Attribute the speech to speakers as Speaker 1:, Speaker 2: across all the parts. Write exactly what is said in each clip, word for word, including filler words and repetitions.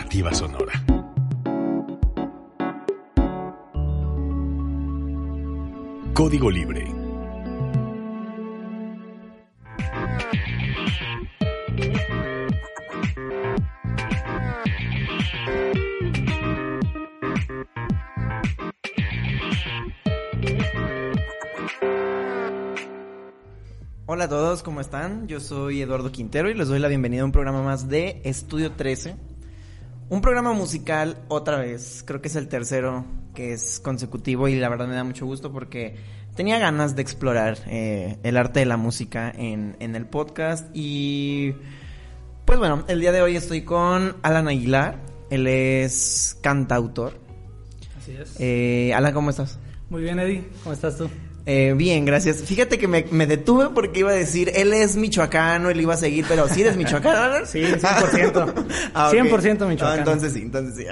Speaker 1: Alternativa Sonora. Código Libre.
Speaker 2: Hola a todos, ¿cómo están? Yo soy Eduardo Quintero y les doy la bienvenida a un programa más de Estudio trece. Un programa musical, otra vez, creo que es el tercero que es consecutivo y la verdad me da mucho gusto porque tenía ganas de explorar eh, el arte de la música en, en el podcast. Y pues bueno, el día de hoy estoy con Alan Aguilar, él es cantautor.
Speaker 3: Así es.
Speaker 2: Eh, Alan, ¿cómo estás?
Speaker 3: Muy bien, Eddie, ¿cómo estás tú?
Speaker 2: Eh, bien, gracias. Fíjate que me, me detuve porque iba a decir, él es michoacano y lo iba a seguir, pero ¿sí eres michoacano?
Speaker 3: Sí, cien por ciento.
Speaker 2: Ah, okay.
Speaker 3: cien por ciento michoacano.
Speaker 2: Ah, entonces sí, entonces sí.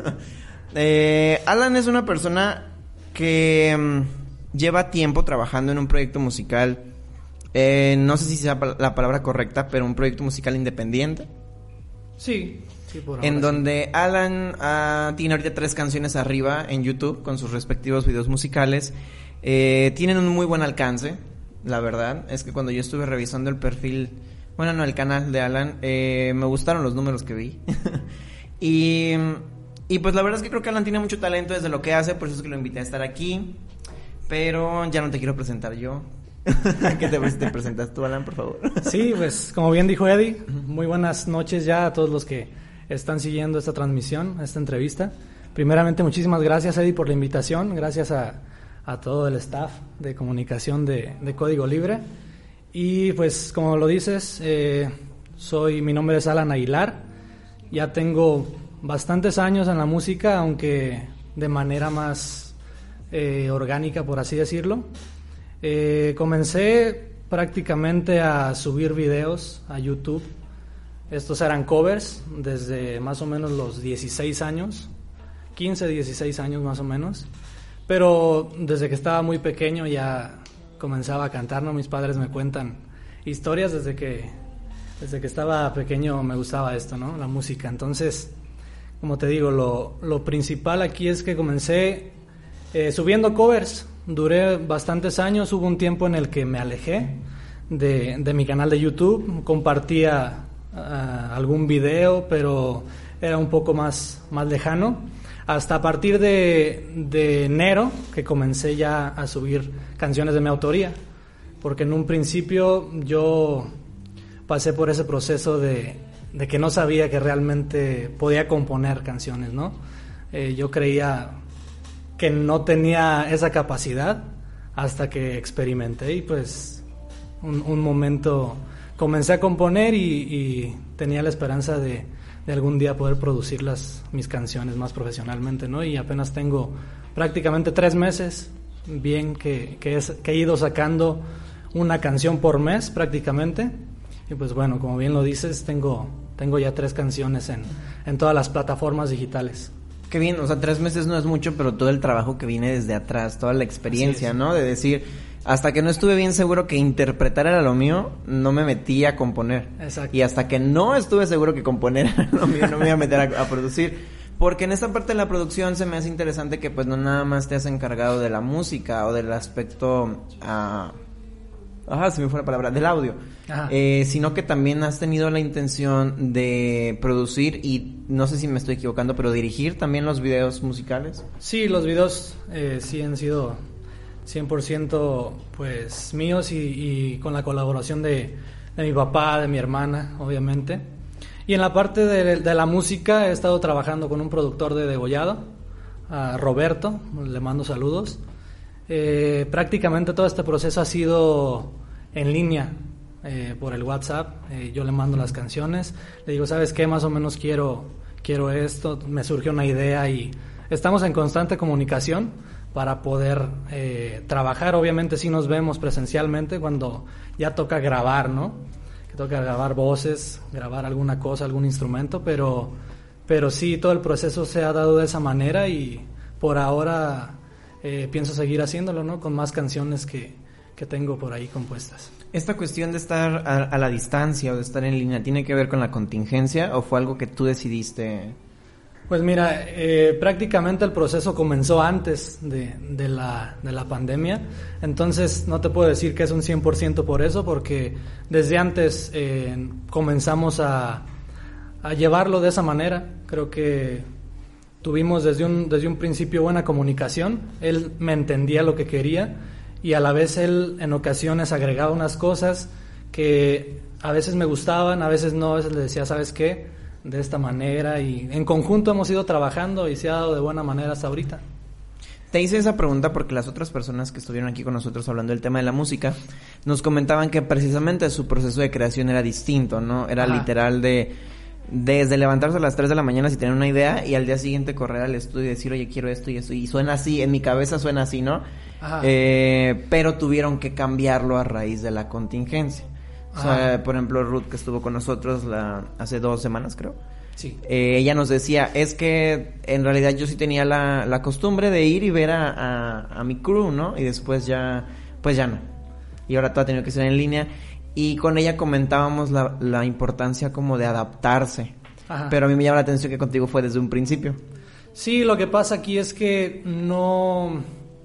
Speaker 2: eh, Alan es una persona que um, lleva tiempo trabajando en un proyecto musical, eh, no sé si sea la palabra correcta, pero un proyecto musical independiente.
Speaker 3: Sí, sí, por ahora.
Speaker 2: En
Speaker 3: sí.
Speaker 2: donde Alan uh, tiene ahorita tres canciones arriba en YouTube con sus respectivos videos musicales. Eh, tienen un muy buen alcance, la verdad. Es que cuando yo estuve revisando el perfil, bueno, no, el canal de Alan, eh, me gustaron los números que vi. y, y pues la verdad es que creo que Alan tiene mucho talento desde lo que hace, por eso es que lo invité a estar aquí. Pero ya no te quiero presentar yo. ¿Qué te, te presentas tú, Alan, por favor?
Speaker 3: Sí, pues como bien dijo Eddie, muy buenas noches ya a todos los que están siguiendo esta transmisión, esta entrevista. Primeramente, muchísimas gracias, Eddie, por la invitación. Gracias a a todo el staff de comunicación de, de Código Libre. Y pues como lo dices, eh, soy, mi nombre es Alan Aguilar. Ya tengo bastantes años en la música, aunque de manera más eh, orgánica, por así decirlo. Eh, comencé prácticamente a subir videos a YouTube. Estos eran covers desde más o menos los dieciséis años, quince, dieciséis años más o menos. Pero desde que estaba muy pequeño ya comenzaba a cantar, ¿no? Mis padres me cuentan historias desde que, desde que estaba pequeño me gustaba esto, ¿no? La música. Entonces, como te digo, lo, lo principal aquí es que comencé eh, subiendo covers. Duré bastantes años, hubo un tiempo en el que me alejé de, de mi canal de YouTube, compartía uh, algún video, pero era un poco más, más lejano. Hasta a partir de, de enero que comencé ya a subir canciones de mi autoría, porque en un principio yo pasé por ese proceso de, de que no sabía que realmente podía componer canciones, ¿no? Eh, yo creía que no tenía esa capacidad hasta que experimenté y pues un, un momento comencé a componer y, y tenía la esperanza de de algún día poder producir las, mis canciones más profesionalmente, ¿no? Y apenas tengo prácticamente tres meses, bien que, que, es, que he ido sacando una canción por mes prácticamente, y pues bueno, como bien lo dices, tengo, tengo ya tres canciones en, en todas las plataformas digitales.
Speaker 2: Qué bien, o sea, tres meses no es mucho, pero todo el trabajo que viene desde atrás, toda la experiencia, ¿no? De decir, hasta que no estuve bien seguro que interpretar era lo mío, no me metí a componer.
Speaker 3: Exacto.
Speaker 2: Y hasta que no estuve seguro que componer era lo mío, no me iba a meter a, a producir. Porque en esta parte de la producción se me hace interesante que pues no nada más te has encargado de la música o del aspecto... Uh, ajá, se me fue la palabra, del audio. Eh, sino que también has tenido la intención de producir y no sé si me estoy equivocando, pero dirigir también los videos musicales.
Speaker 3: Sí, los videos eh, sí han sido cien por ciento pues míos y, y con la colaboración de, de mi papá, de mi hermana, obviamente. Y en la parte de, de la música he estado trabajando con un productor de Degollado, a Roberto, le mando saludos. Eh, prácticamente todo este proceso ha sido en línea, eh, por el WhatsApp. Eh, yo le mando las canciones, le digo, ¿sabes qué? Más o menos quiero, quiero esto, me surgió una idea y estamos en constante comunicación para poder eh, trabajar. Obviamente sí nos vemos presencialmente cuando ya toca grabar, ¿no? Que toca grabar voces, grabar alguna cosa, algún instrumento, pero, pero sí, todo el proceso se ha dado de esa manera y por ahora eh, pienso seguir haciéndolo, ¿no? Con más canciones que, que tengo por ahí compuestas.
Speaker 2: ¿Esta cuestión de estar a, a la distancia o de estar en línea tiene que ver con la contingencia o fue algo que tú decidiste
Speaker 3: Pues mira, eh, prácticamente el proceso comenzó antes de, de, la, de la pandemia, entonces no te puedo decir que es un cien por ciento por eso, porque desde antes eh, comenzamos a, a llevarlo de esa manera. Creo que tuvimos desde un, desde un principio buena comunicación, él me entendía lo que quería y a la vez él en ocasiones agregaba unas cosas que a veces me gustaban, a veces no, a veces le decía, ¿sabes qué?, de esta manera, y en conjunto hemos ido trabajando y se ha dado de buena manera hasta ahorita.
Speaker 2: Te hice esa pregunta porque las otras personas que estuvieron aquí con nosotros hablando del tema de la música nos comentaban que precisamente su proceso de creación era distinto, ¿no? Era Ajá. literal de desde levantarse a las tres de la mañana si tener una idea y al día siguiente correr al estudio y decir, oye, quiero esto y esto, y suena así, en mi cabeza suena así, ¿no? Eh, pero tuvieron que cambiarlo a raíz de la contingencia. O sea, ah. por ejemplo, Ruth, que estuvo con nosotros la, hace dos semanas, creo.
Speaker 3: Sí.
Speaker 2: Eh, ella nos decía, es que en realidad yo sí tenía la, la costumbre de ir y ver a, a, a mi crew, ¿no? Y después ya, pues ya no. Y ahora todo ha tenido que ser en línea. Y con ella comentábamos la, la importancia como de adaptarse. Ajá. Pero a mí me llama la atención que contigo fue desde un principio.
Speaker 3: Sí, lo que pasa aquí es que no...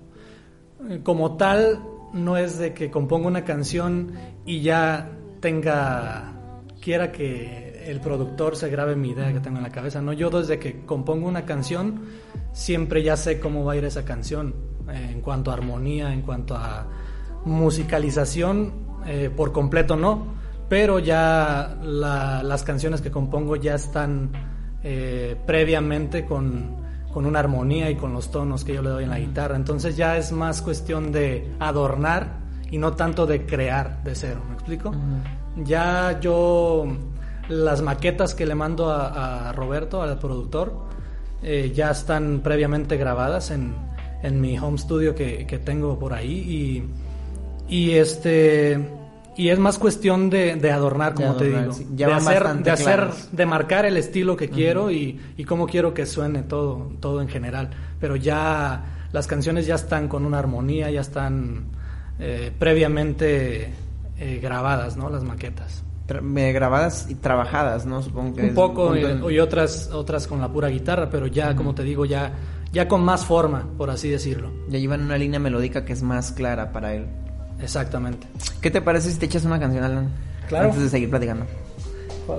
Speaker 3: Como tal, no es de que componga una canción y ya tenga... quiera que el productor se grabe mi idea que tengo en la cabeza. No, yo desde que compongo una canción siempre ya sé cómo va a ir esa canción, eh, en cuanto a armonía, en cuanto a musicalización, eh, por completo no, pero ya la, las canciones que compongo ya están eh, previamente con, con una armonía y con los tonos que yo le doy en la guitarra. Entonces ya es más cuestión de adornar y no tanto de crear de cero, ¿me explico? Uh-huh. Ya yo, las maquetas que le mando a, a Roberto, al productor, eh, ya están previamente grabadas en, en mi home studio que, que tengo por ahí, y, y este y es más cuestión de, de adornar, como de adornar, te digo, sí. de hacer, de hacer, de marcar el estilo que uh-huh. quiero y, y cómo quiero que suene todo, todo en general. Pero ya las canciones ya están con una armonía, ya están eh, previamente eh, grabadas, ¿no? Las maquetas.
Speaker 2: Tra- grabadas y trabajadas, ¿no? Supongo que
Speaker 3: un
Speaker 2: es
Speaker 3: poco
Speaker 2: un
Speaker 3: y, en... y otras otras con la pura guitarra, pero ya uh-huh. como te digo, ya ya con más forma, por así decirlo.
Speaker 2: Ya llevan una línea melódica que es más clara para él.
Speaker 3: Exactamente.
Speaker 2: ¿Qué te parece si te echas una canción, Alan?
Speaker 3: Claro.
Speaker 2: Antes de seguir platicando.
Speaker 3: Claro,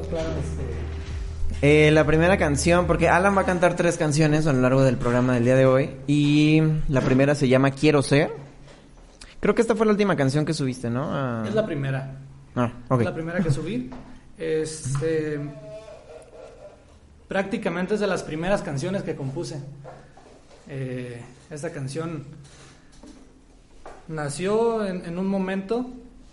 Speaker 3: este...
Speaker 2: eh, la primera canción, porque Alan va a cantar tres canciones a lo largo del programa del día de hoy, y la primera se llama Quiero Ser. Creo que esta fue la última canción que subiste, ¿no? Ah...
Speaker 3: Es la primera.
Speaker 2: Ah, ok.
Speaker 3: Es la primera que subí. Este, prácticamente es de las primeras canciones que compuse. Eh, esta canción nació en, en un momento.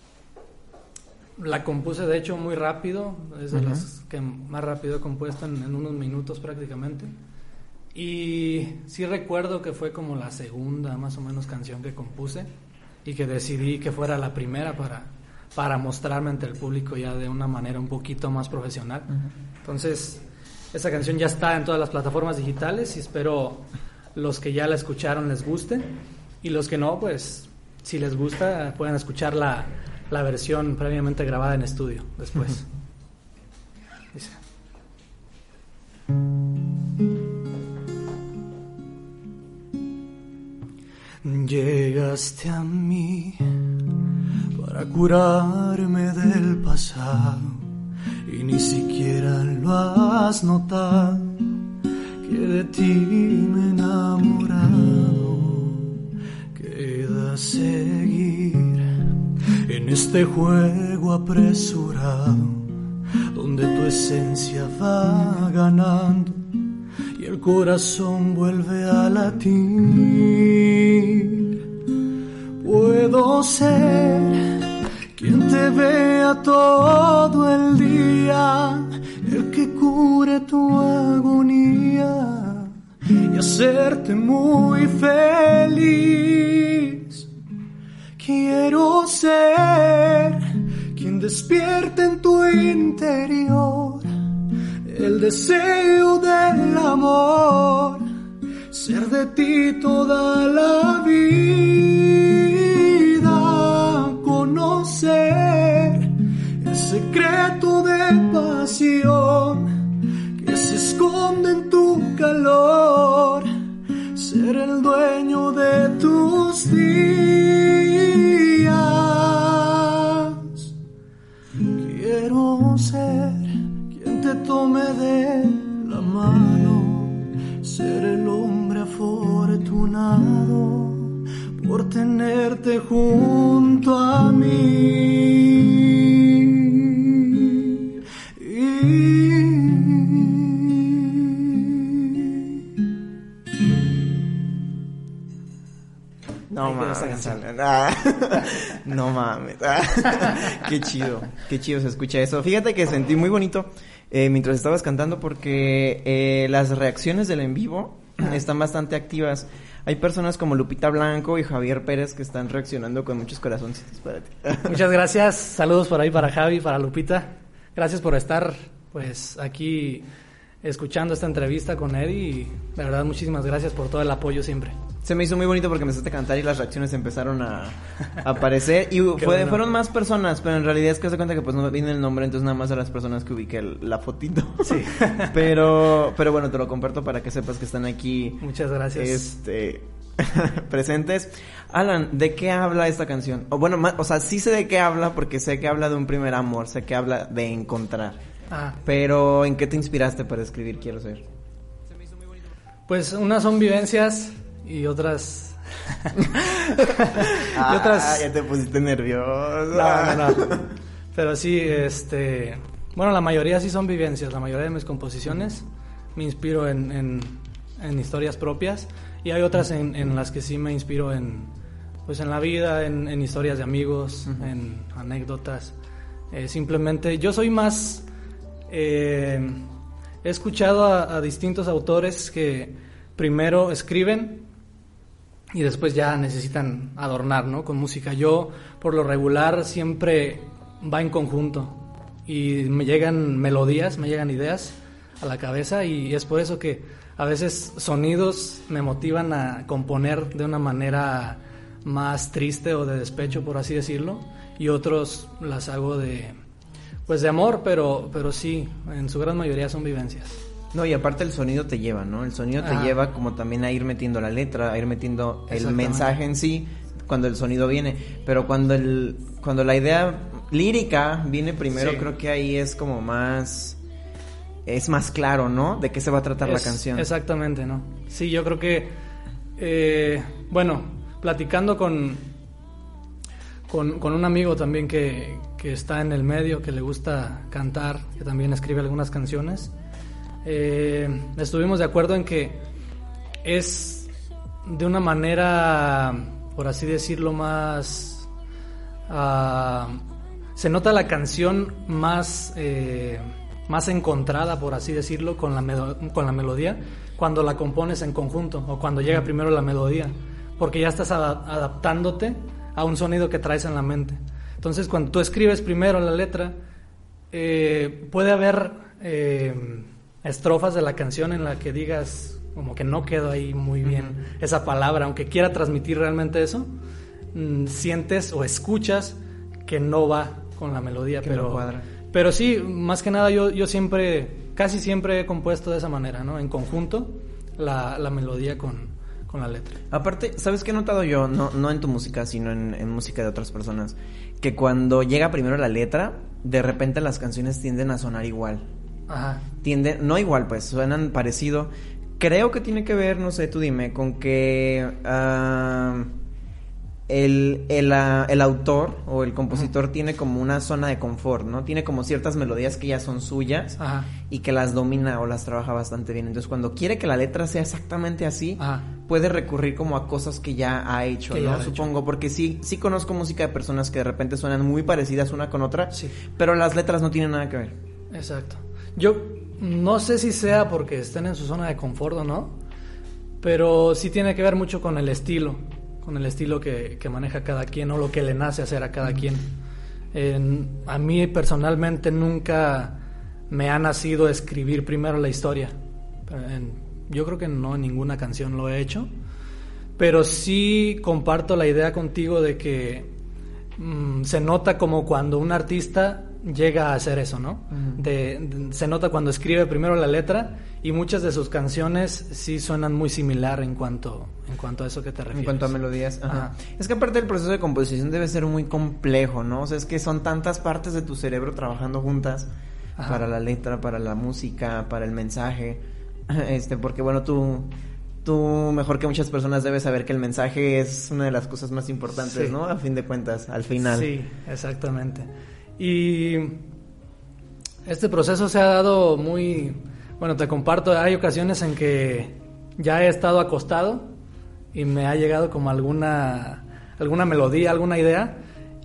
Speaker 3: La compuse de hecho muy rápido. Es de uh-huh. las que más rápido he compuesto, en, en unos minutos prácticamente. Y sí recuerdo que fue como la segunda más o menos canción que compuse, y que decidí que fuera la primera para... para mostrarme ante el público ya de una manera un poquito más profesional. Uh-huh. Entonces, esta canción ya está en todas las plataformas digitales y espero los que ya la escucharon les guste, y los que no, pues, si les gusta, pueden escuchar la, la versión previamente grabada en estudio después. Uh-huh. Dice... Llegaste a mí para curarme del pasado, y ni siquiera lo has notado, que de ti me he enamorado. Queda seguir en este juego apresurado, donde tu esencia va ganando y el corazón vuelve a latir. Puedo ser quien te vea todo el día, el que cure tu agonía y hacerte muy feliz. Quiero ser quien despierte en tu interior el deseo del amor, ser de ti toda la vida, conocer el secreto de pasión que se esconde en tu valor, ser el dueño de tus días. Quiero ser quien te tome de la mano, ser el hombre afortunado por tenerte junto a mí.
Speaker 2: No mames, ah, no mames, ah, qué chido, qué chido se escucha eso. Fíjate que sentí muy bonito eh, mientras estabas cantando porque eh, las reacciones del en vivo están bastante activas. Hay personas como Lupita Blanco y Javier Pérez que están reaccionando con muchos corazoncitos para ti.
Speaker 3: Muchas gracias, saludos por ahí para Javi, para Lupita. Gracias por estar pues aquí escuchando esta entrevista con Eddie y de verdad muchísimas gracias por todo el apoyo siempre.
Speaker 2: Se me hizo muy bonito porque empezaste a cantar y las reacciones empezaron a, a aparecer y fue, bueno. fueron más personas, pero en realidad es que se cuenta que pues no viene el nombre, entonces nada más a las personas que ubiqué el, la fotito.
Speaker 3: Sí.
Speaker 2: pero pero bueno, te lo comparto para que sepas que están aquí.
Speaker 3: Muchas gracias.
Speaker 2: Este presentes. Alan, ¿de qué habla esta canción? O bueno, más, o sea, sí sé de qué habla porque sé que habla de un primer amor, sé que habla de encontrar. Ah. Pero ¿en qué te inspiraste para escribir Quiero Ser?
Speaker 3: Pues unas son vivencias y otras
Speaker 2: y otras ah, ya te pusiste nervioso.
Speaker 3: No, no, no. Pero sí, este, bueno, la mayoría sí son vivencias. La mayoría de mis composiciones me inspiro en, en, en historias propias y hay otras en, en las que sí me inspiro en, pues en la vida, en, en historias de amigos, uh-huh. en anécdotas. Eh, simplemente, yo soy más, eh, he escuchado a, a distintos autores que primero escriben y después ya necesitan adornar, ¿no? Con música. Yo, por lo regular, siempre va en conjunto y me llegan melodías, me llegan ideas a la cabeza y es por eso que a veces sonidos me motivan a componer de una manera más triste o de despecho, por así decirlo, y otros las hago de, pues de amor, pero, pero sí, en su gran mayoría son vivencias.
Speaker 2: No, y aparte el sonido te lleva, ¿no? El sonido te ah. lleva como también a ir metiendo la letra, a ir metiendo el mensaje en sí cuando el sonido viene. Pero cuando el cuando la idea lírica viene primero, sí. creo que ahí es como más... es más claro, ¿no? De qué se va a tratar es, la canción.
Speaker 3: Exactamente, ¿no? Sí, yo creo que... Eh, bueno, platicando con, con, con un amigo también que, que está en el medio, que le gusta cantar, que también escribe algunas canciones... Eh, estuvimos de acuerdo en que es de una manera, por así decirlo, más uh, se nota la canción más eh, más encontrada, por así decirlo, con la, me- con la melodía cuando la compones en conjunto o cuando llega primero la melodía, porque ya estás ad- adaptándote a un sonido que traes en la mente. Entonces cuando tú escribes primero la letra, eh, puede haber eh, estrofas de la canción en la que digas como que no quedó ahí muy bien uh-huh. esa palabra, aunque quiera transmitir realmente eso, mmm, sientes o escuchas que no va con la melodía, que pero no cuadra. Pero sí, más que nada yo yo siempre, casi siempre he compuesto de esa manera, ¿no? En conjunto la, la melodía con, con la letra.
Speaker 2: Aparte, ¿sabes qué he notado yo? No, no en tu música, sino en, en música de otras personas, que cuando llega primero la letra, de repente las canciones tienden a sonar igual.
Speaker 3: Ajá.
Speaker 2: Tienden, no igual, pues, suenan parecido. Creo que tiene que ver, no sé, tú dime, con que uh, el, el, uh, el autor o el compositor uh-huh. tiene como una zona de confort, ¿no? Tiene como ciertas melodías que ya son suyas Ajá. y que las domina o las trabaja bastante bien. Entonces, cuando quiere que la letra sea exactamente así, Ajá. puede recurrir como a cosas que ya ha hecho, que ¿no? Ha Supongo, hecho. Porque sí, sí conozco música de personas que de repente suenan muy parecidas una con otra, sí. pero las letras no tienen nada que ver.
Speaker 3: Exacto. Yo no sé si sea porque estén en su zona de confort o no, pero sí tiene que ver mucho con el estilo, con el estilo que, que maneja cada quien o lo que le nace hacer a cada quien. Eh, a mí personalmente nunca me ha nacido escribir primero la historia. En, yo creo que no en ninguna canción lo he hecho, pero sí comparto la idea contigo de que mmm, se nota como cuando un artista llega a hacer eso, ¿no? Uh-huh. De, de, se nota cuando escribe primero la letra y muchas de sus canciones sí suenan muy similar en cuanto, en cuanto a eso que te refieres.
Speaker 2: En cuanto a melodías. Ajá.
Speaker 3: Ajá.
Speaker 2: Es que aparte el proceso de composición debe ser muy complejo, ¿no? O sea, es que son tantas partes de tu cerebro trabajando juntas. Ajá. Para la letra, para la música, para el mensaje. Este, porque bueno, tú... Tú, mejor que muchas personas, debes saber que el mensaje es una de las cosas más importantes, sí. ¿no? A fin de cuentas, al final.
Speaker 3: Sí, exactamente. Y este proceso se ha dado muy... Bueno, te comparto, hay ocasiones en que ya he estado acostado y me ha llegado como alguna, alguna melodía, alguna idea,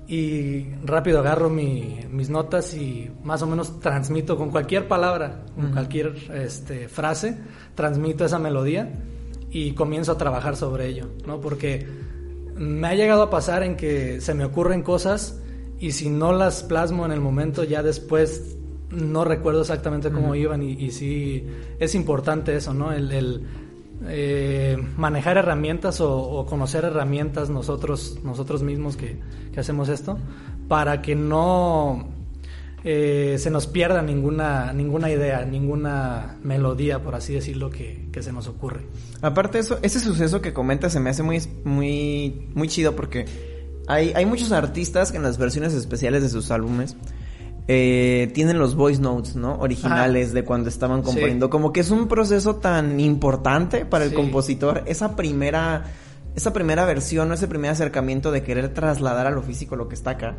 Speaker 3: y rápido agarro mi, mis notas y más o menos transmito con cualquier palabra, con uh-huh. cualquier este, frase, transmito esa melodía y comienzo a trabajar sobre ello, ¿no? Porque me ha llegado a pasar en que se me ocurren cosas y si no las plasmo en el momento, ya después no recuerdo exactamente cómo uh-huh. iban y, y sí es importante eso, ¿no? El, el eh, manejar herramientas o, o conocer herramientas nosotros, nosotros mismos que, que hacemos esto, para que no... Eh, se nos pierda ninguna ninguna idea, ninguna melodía, por así decirlo, que, que se nos ocurre.
Speaker 2: Aparte de eso, ese suceso que comentas se me hace muy muy muy chido porque hay, hay muchos artistas que en las versiones especiales de sus álbumes eh, tienen los voice notes, ¿no? Originales. Ajá. De cuando estaban componiendo. Sí. Como que es un proceso tan importante para el sí. compositor, esa primera, esa primera versión o ese primer acercamiento de querer trasladar a lo físico lo que está acá.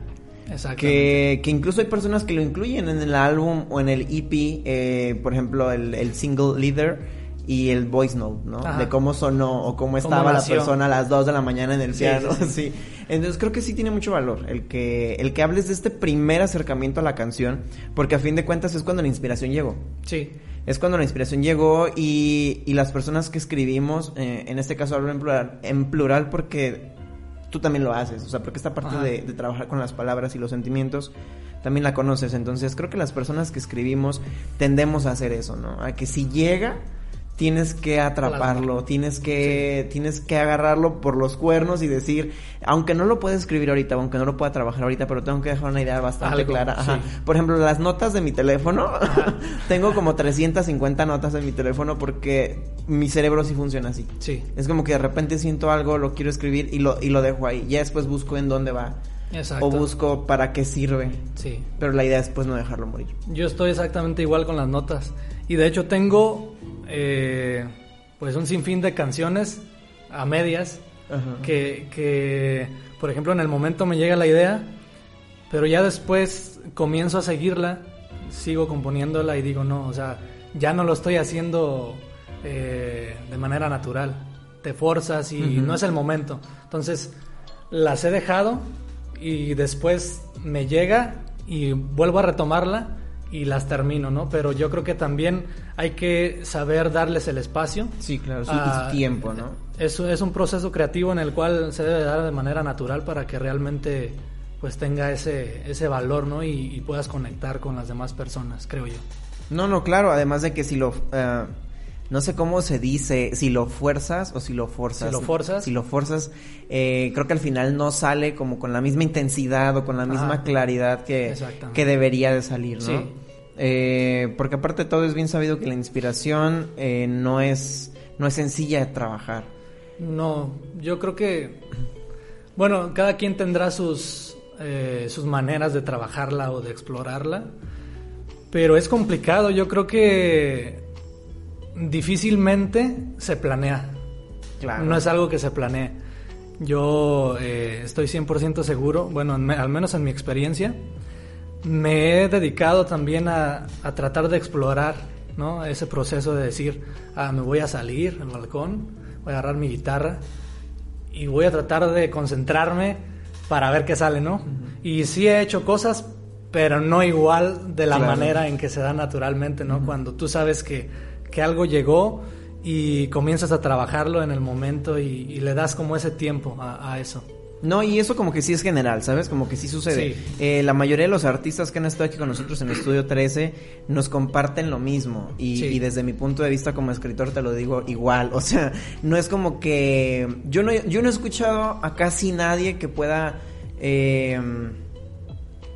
Speaker 2: Que, que incluso hay personas que lo incluyen en el álbum o en el E P, eh, por ejemplo, el, el single Leader y el voice note, ¿no? Ajá. De cómo sonó o cómo estaba ¿Cómo la persona a las dos de la mañana en el sí, piano, sí, sí. sí. Entonces creo que sí tiene mucho valor el que el que hables de este primer acercamiento a la canción, porque a fin de cuentas es cuando la inspiración llegó.
Speaker 3: Sí.
Speaker 2: Es cuando la inspiración llegó y, y las personas que escribimos, eh, en este caso hablo en plural, en plural porque... tú también lo haces, o sea, porque esta parte de, de trabajar con las palabras y los sentimientos también la conoces, entonces creo que las personas que escribimos tendemos a hacer eso, ¿no? A que si llega, tienes que atraparlo, claro. tienes que sí. tienes que agarrarlo por los cuernos y decir, aunque no lo pueda escribir ahorita, aunque no lo pueda trabajar ahorita, pero tengo que dejar una idea bastante Algo, clara. Ajá. Sí. Por ejemplo, las notas de mi teléfono, tengo como trescientas cincuenta notas en mi teléfono porque mi cerebro sí funciona así.
Speaker 3: Sí.
Speaker 2: Es como que de repente siento algo, lo quiero escribir y lo y lo dejo ahí. Ya después busco en dónde va.
Speaker 3: Exacto.
Speaker 2: O busco para qué sirve.
Speaker 3: Sí.
Speaker 2: Pero la idea es pues no dejarlo morir.
Speaker 3: Yo estoy exactamente igual con las notas. Y de hecho tengo eh, pues un sinfín de canciones a medias. Ajá. que, que por ejemplo en el momento me llega la idea, pero ya después comienzo a seguirla, sigo componiéndola y digo no, o sea, ya no lo estoy haciendo eh, de manera natural. Te forzas y uh-huh. no es el momento. Entonces las he dejado y después me llega y vuelvo a retomarla y las termino, ¿no? Pero yo creo que también hay que saber darles el espacio.
Speaker 2: Sí, claro, su, a, su tiempo, ¿no?
Speaker 3: Es, es un proceso creativo en el cual se debe dar de manera natural para que realmente pues tenga ese, ese valor, ¿no? Y, y puedas conectar con las demás personas, creo yo.
Speaker 2: No, no, claro, además de que si lo... Uh... no sé cómo se dice, si lo fuerzas o si lo forzas.
Speaker 3: Si lo forzas.
Speaker 2: Si lo forzas, eh, creo que al final no sale como con la misma intensidad o con la misma Ajá. claridad que, que debería de salir, ¿no?
Speaker 3: Sí.
Speaker 2: Eh, porque aparte de todo es bien sabido que la inspiración eh, no es no es sencilla de trabajar.
Speaker 3: No, yo creo que, bueno, cada quien tendrá sus, eh, sus maneras de trabajarla o de explorarla, pero es complicado, yo creo que... difícilmente se planea.
Speaker 2: Claro.
Speaker 3: No es algo que se planee. Yo eh, estoy cien por ciento seguro, bueno, en, al menos en mi experiencia, me he dedicado también a, a tratar de explorar, ¿no? Ese proceso de decir, ah, me voy a salir al balcón, voy a agarrar mi guitarra y voy a tratar de concentrarme para ver qué sale, ¿no? Uh-huh. Y sí he hecho cosas, pero no igual de la claro. manera en que se da naturalmente, ¿no? Uh-huh. Cuando tú sabes que que algo llegó y comienzas a trabajarlo en el momento y, y le das como ese tiempo a, a eso.
Speaker 2: No, y eso como que sí es general, ¿sabes? Como que sí sucede. Sí. Eh, la mayoría de los artistas que han estado aquí con nosotros en Estudio trece nos comparten lo mismo. Y, sí. y desde mi punto de vista como escritor te lo digo igual. O sea, no es como que... Yo no, yo no he escuchado a casi nadie que pueda... Eh,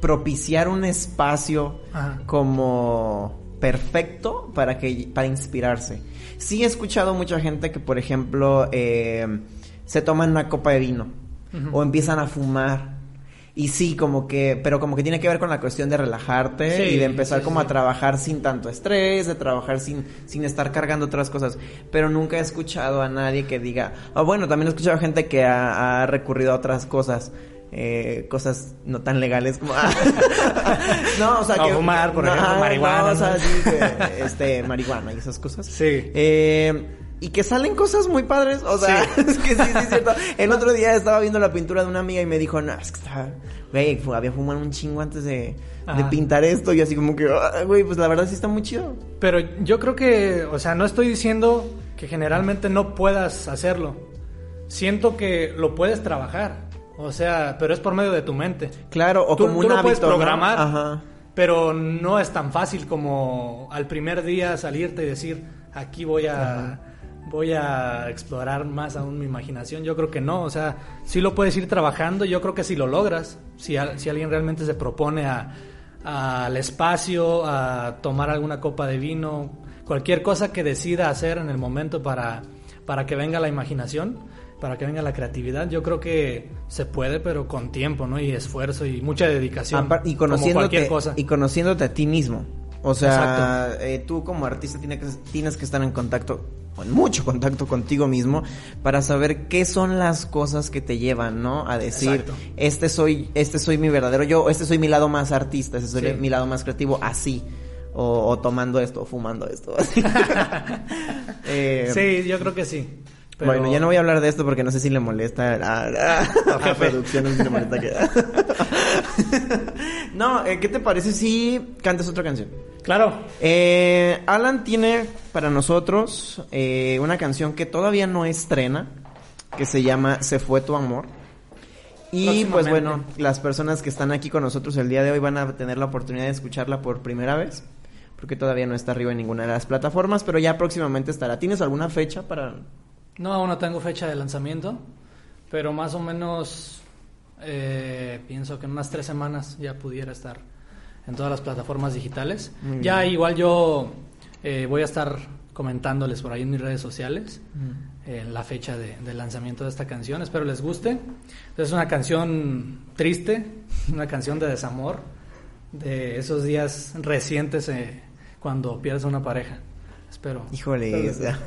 Speaker 2: propiciar un espacio
Speaker 3: Ajá.
Speaker 2: como perfecto para que para inspirarse. Sí he escuchado mucha gente que, por ejemplo, eh, se toman una copa de vino uh-huh. o empiezan a fumar. Y sí, como que, pero como que tiene que ver con la cuestión de relajarte sí, y de empezar sí, como sí. a trabajar sin tanto estrés, de trabajar sin, sin estar cargando otras cosas. Pero nunca he escuchado a nadie que diga, oh, bueno, también he escuchado gente que ha, ha recurrido a otras cosas, eh, cosas no tan legales como, no, o sea,
Speaker 3: no,
Speaker 2: que
Speaker 3: fumar, por
Speaker 2: no,
Speaker 3: ejemplo, marihuana,
Speaker 2: no,
Speaker 3: ¿no?
Speaker 2: o sea, sí, que, este, marihuana y esas cosas.
Speaker 3: Sí.
Speaker 2: Eh, Y que salen cosas muy padres, o sea, sí. es que sí, sí, es cierto. El otro día estaba viendo la pintura de una amiga y me dijo, no, es que estaba, güey, había fumado un chingo antes de, de pintar esto. Y así como que, güey, pues la verdad sí está muy chido.
Speaker 3: Pero yo creo que, o sea, no estoy diciendo que generalmente no puedas hacerlo. Siento que lo puedes trabajar, o sea, pero es por medio de tu mente.
Speaker 2: Claro, o
Speaker 3: tú,
Speaker 2: como
Speaker 3: tú
Speaker 2: un
Speaker 3: lo
Speaker 2: hábito,
Speaker 3: puedes programar,
Speaker 2: ¿no? Ajá.
Speaker 3: Pero no es tan fácil como al primer día salirte y decir, aquí voy a... Ajá. voy a explorar más aún mi imaginación. Yo creo que no, o sea, sí lo puedes ir trabajando. Yo creo que si lo logras, si, a, si alguien realmente se propone a, a, al espacio, a tomar alguna copa de vino, cualquier cosa que decida hacer en el momento para, para que venga la imaginación, para que venga la creatividad, yo creo que se puede, pero con tiempo, ¿no? Y esfuerzo y mucha dedicación.
Speaker 2: Apar- y
Speaker 3: como cualquier cosa.
Speaker 2: Y conociéndote a ti mismo. O sea, eh, tú como artista tienes que, tienes que estar en contacto, en mucho contacto contigo mismo, para saber qué son las cosas que te llevan, ¿no? A decir, Exacto. este soy, este soy mi verdadero yo, este soy mi lado más artista, este soy sí. mi lado más creativo, así. O, o tomando esto, o fumando esto. eh,
Speaker 3: sí, yo creo que sí.
Speaker 2: Pero... Bueno, ya no voy a hablar de esto porque no sé si le molesta a la producción, no sé si le molesta que... No, eh, ¿qué te parece si cantas otra canción?
Speaker 3: Claro.
Speaker 2: Eh, Alan tiene para nosotros eh, una canción que todavía no estrena, que se llama Se fue tu amor. Y pues bueno, las personas que están aquí con nosotros el día de hoy van a tener la oportunidad de escucharla por primera vez, porque todavía no está arriba en ninguna de las plataformas, pero ya próximamente estará. ¿Tienes alguna fecha para...?
Speaker 3: No, aún no tengo fecha de lanzamiento, pero más o menos eh, pienso que en unas tres semanas ya pudiera estar en todas las plataformas digitales. Muy ya bien. Igual yo eh, voy a estar comentándoles por ahí en mis redes sociales mm. eh, la fecha de, de lanzamiento de esta canción. Espero les guste. Es una canción triste, una canción de desamor, de esos días recientes eh, cuando pierdes a una pareja. Espero.
Speaker 2: Híjole, o sea.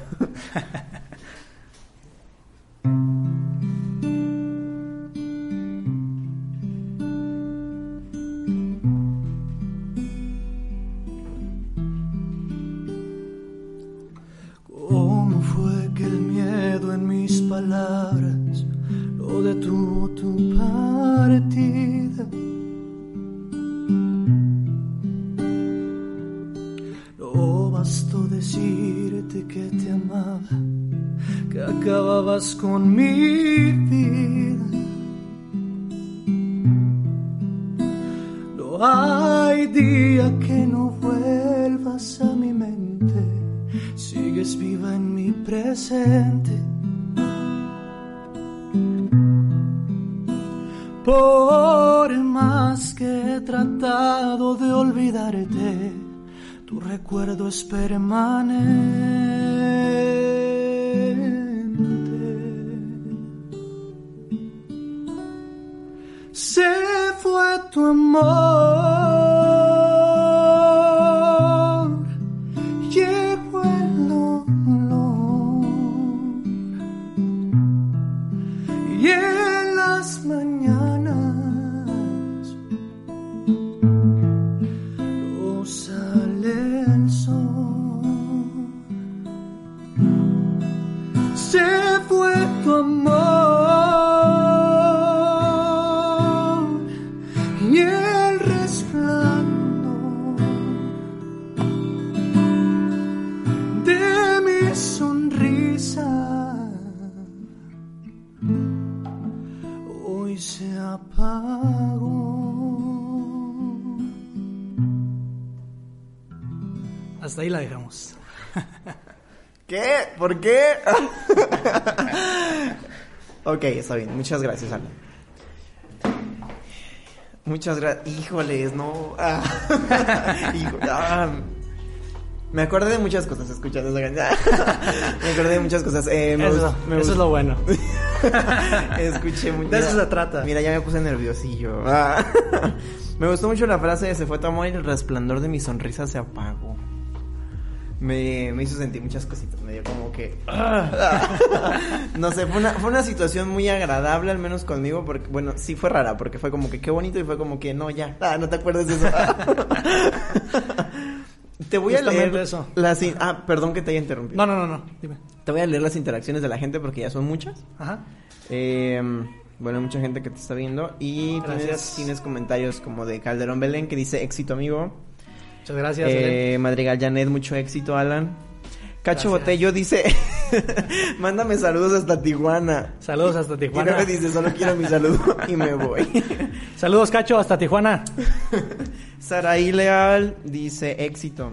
Speaker 4: ¿Cómo fue que el miedo en mis palabras no detuvo tu partida? No bastó decirte que te amaba, que acababas con mi vida. No hay día que no vuelvas a mi mente, sigues viva en mi presente. Por más que he tratado de olvidarte, tu recuerdo es permanente. Se fue tu amor, llegó el dolor, y en las mañanas no sale el sol. Se fue tu amor y el resplandor de mi sonrisa hoy se apagó.
Speaker 3: Hasta ahí la dejamos.
Speaker 2: ¿Qué? ¿Por qué? Ok, está bien. Muchas gracias, Alan. Muchas gracias. Híjoles, no. Ah. Hijo... ah. Me acordé de muchas cosas escuchando esa canción. Me acordé de muchas cosas. Eh, me
Speaker 3: eso,
Speaker 2: gust... me
Speaker 3: eso
Speaker 2: gust...
Speaker 3: es lo bueno.
Speaker 2: Escuché mucho.
Speaker 3: De eso se trata.
Speaker 2: Mira, ya me puse nerviosillo. Ah. Me gustó mucho la frase de se fue tu amor y el resplandor de mi sonrisa se apagó. Me, me hizo sentir muchas cositas. Me dio como que... No sé, fue una, fue una situación muy agradable, al menos conmigo. Porque, bueno, sí fue rara, porque fue como que qué bonito y fue como que no, ya. Ah, no te acuerdas de eso. Te voy
Speaker 3: Justamente
Speaker 2: a leer
Speaker 3: eso.
Speaker 2: las... Ah, perdón que te haya interrumpido.
Speaker 3: No, no, no, no. Dime.
Speaker 2: Te voy a leer las interacciones de la gente porque ya son muchas.
Speaker 3: Ajá.
Speaker 2: Eh, bueno, hay mucha gente que te está viendo. Y tienes, tienes comentarios como de Calderón Belén que dice éxito, amigo.
Speaker 3: Muchas gracias.
Speaker 2: Eh, Madrigal Janet, mucho éxito, Alan. Cacho
Speaker 3: Gracias.
Speaker 2: Botello dice, mándame saludos hasta Tijuana.
Speaker 3: Saludos hasta Tijuana.
Speaker 2: Y luego dice, solo quiero mi saludo y me voy.
Speaker 3: Saludos, Cacho, hasta Tijuana.
Speaker 2: Saraí Leal dice, éxito.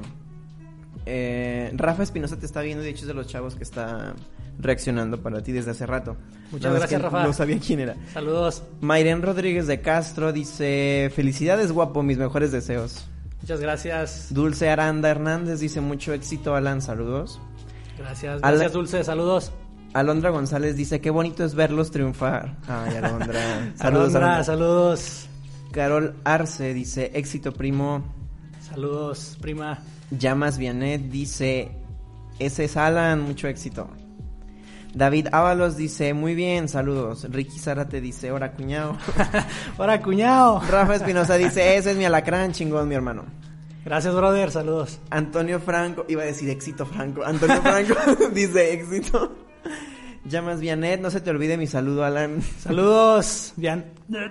Speaker 2: Eh, Rafa Espinosa te está viendo, de hecho es de los chavos que está reaccionando para ti desde hace rato.
Speaker 3: Muchas
Speaker 2: No,
Speaker 3: gracias,
Speaker 2: es que
Speaker 3: Rafa.
Speaker 2: No sabía quién era.
Speaker 3: Saludos.
Speaker 2: Mayren Rodríguez de Castro dice, felicidades guapo, mis mejores deseos.
Speaker 3: Muchas gracias.
Speaker 2: Dulce Aranda Hernández dice, mucho éxito, Alan, saludos.
Speaker 3: Gracias,
Speaker 2: Al-
Speaker 3: gracias, Dulce, saludos.
Speaker 2: Alondra González dice, qué bonito es verlos triunfar. Ay, Alondra. Saludos,
Speaker 3: Alondra,
Speaker 2: Alondra.
Speaker 3: saludos.
Speaker 2: Carol Arce dice, éxito, primo.
Speaker 3: Saludos, prima.
Speaker 2: Llamas Vianet dice, ese es Alan, mucho éxito. David Ábalos dice, muy bien, saludos. Ricky Zárate dice, hola, cuñado.
Speaker 3: Hola, cuñado.
Speaker 2: Rafa Espinosa dice, ese es mi alacrán, chingón, mi hermano.
Speaker 3: Gracias, brother, saludos.
Speaker 2: Antonio Franco, iba a decir éxito Franco. Antonio Franco dice, éxito. Llamas Vianet, no se te olvide mi saludo, Alan.
Speaker 3: Saludos, bien.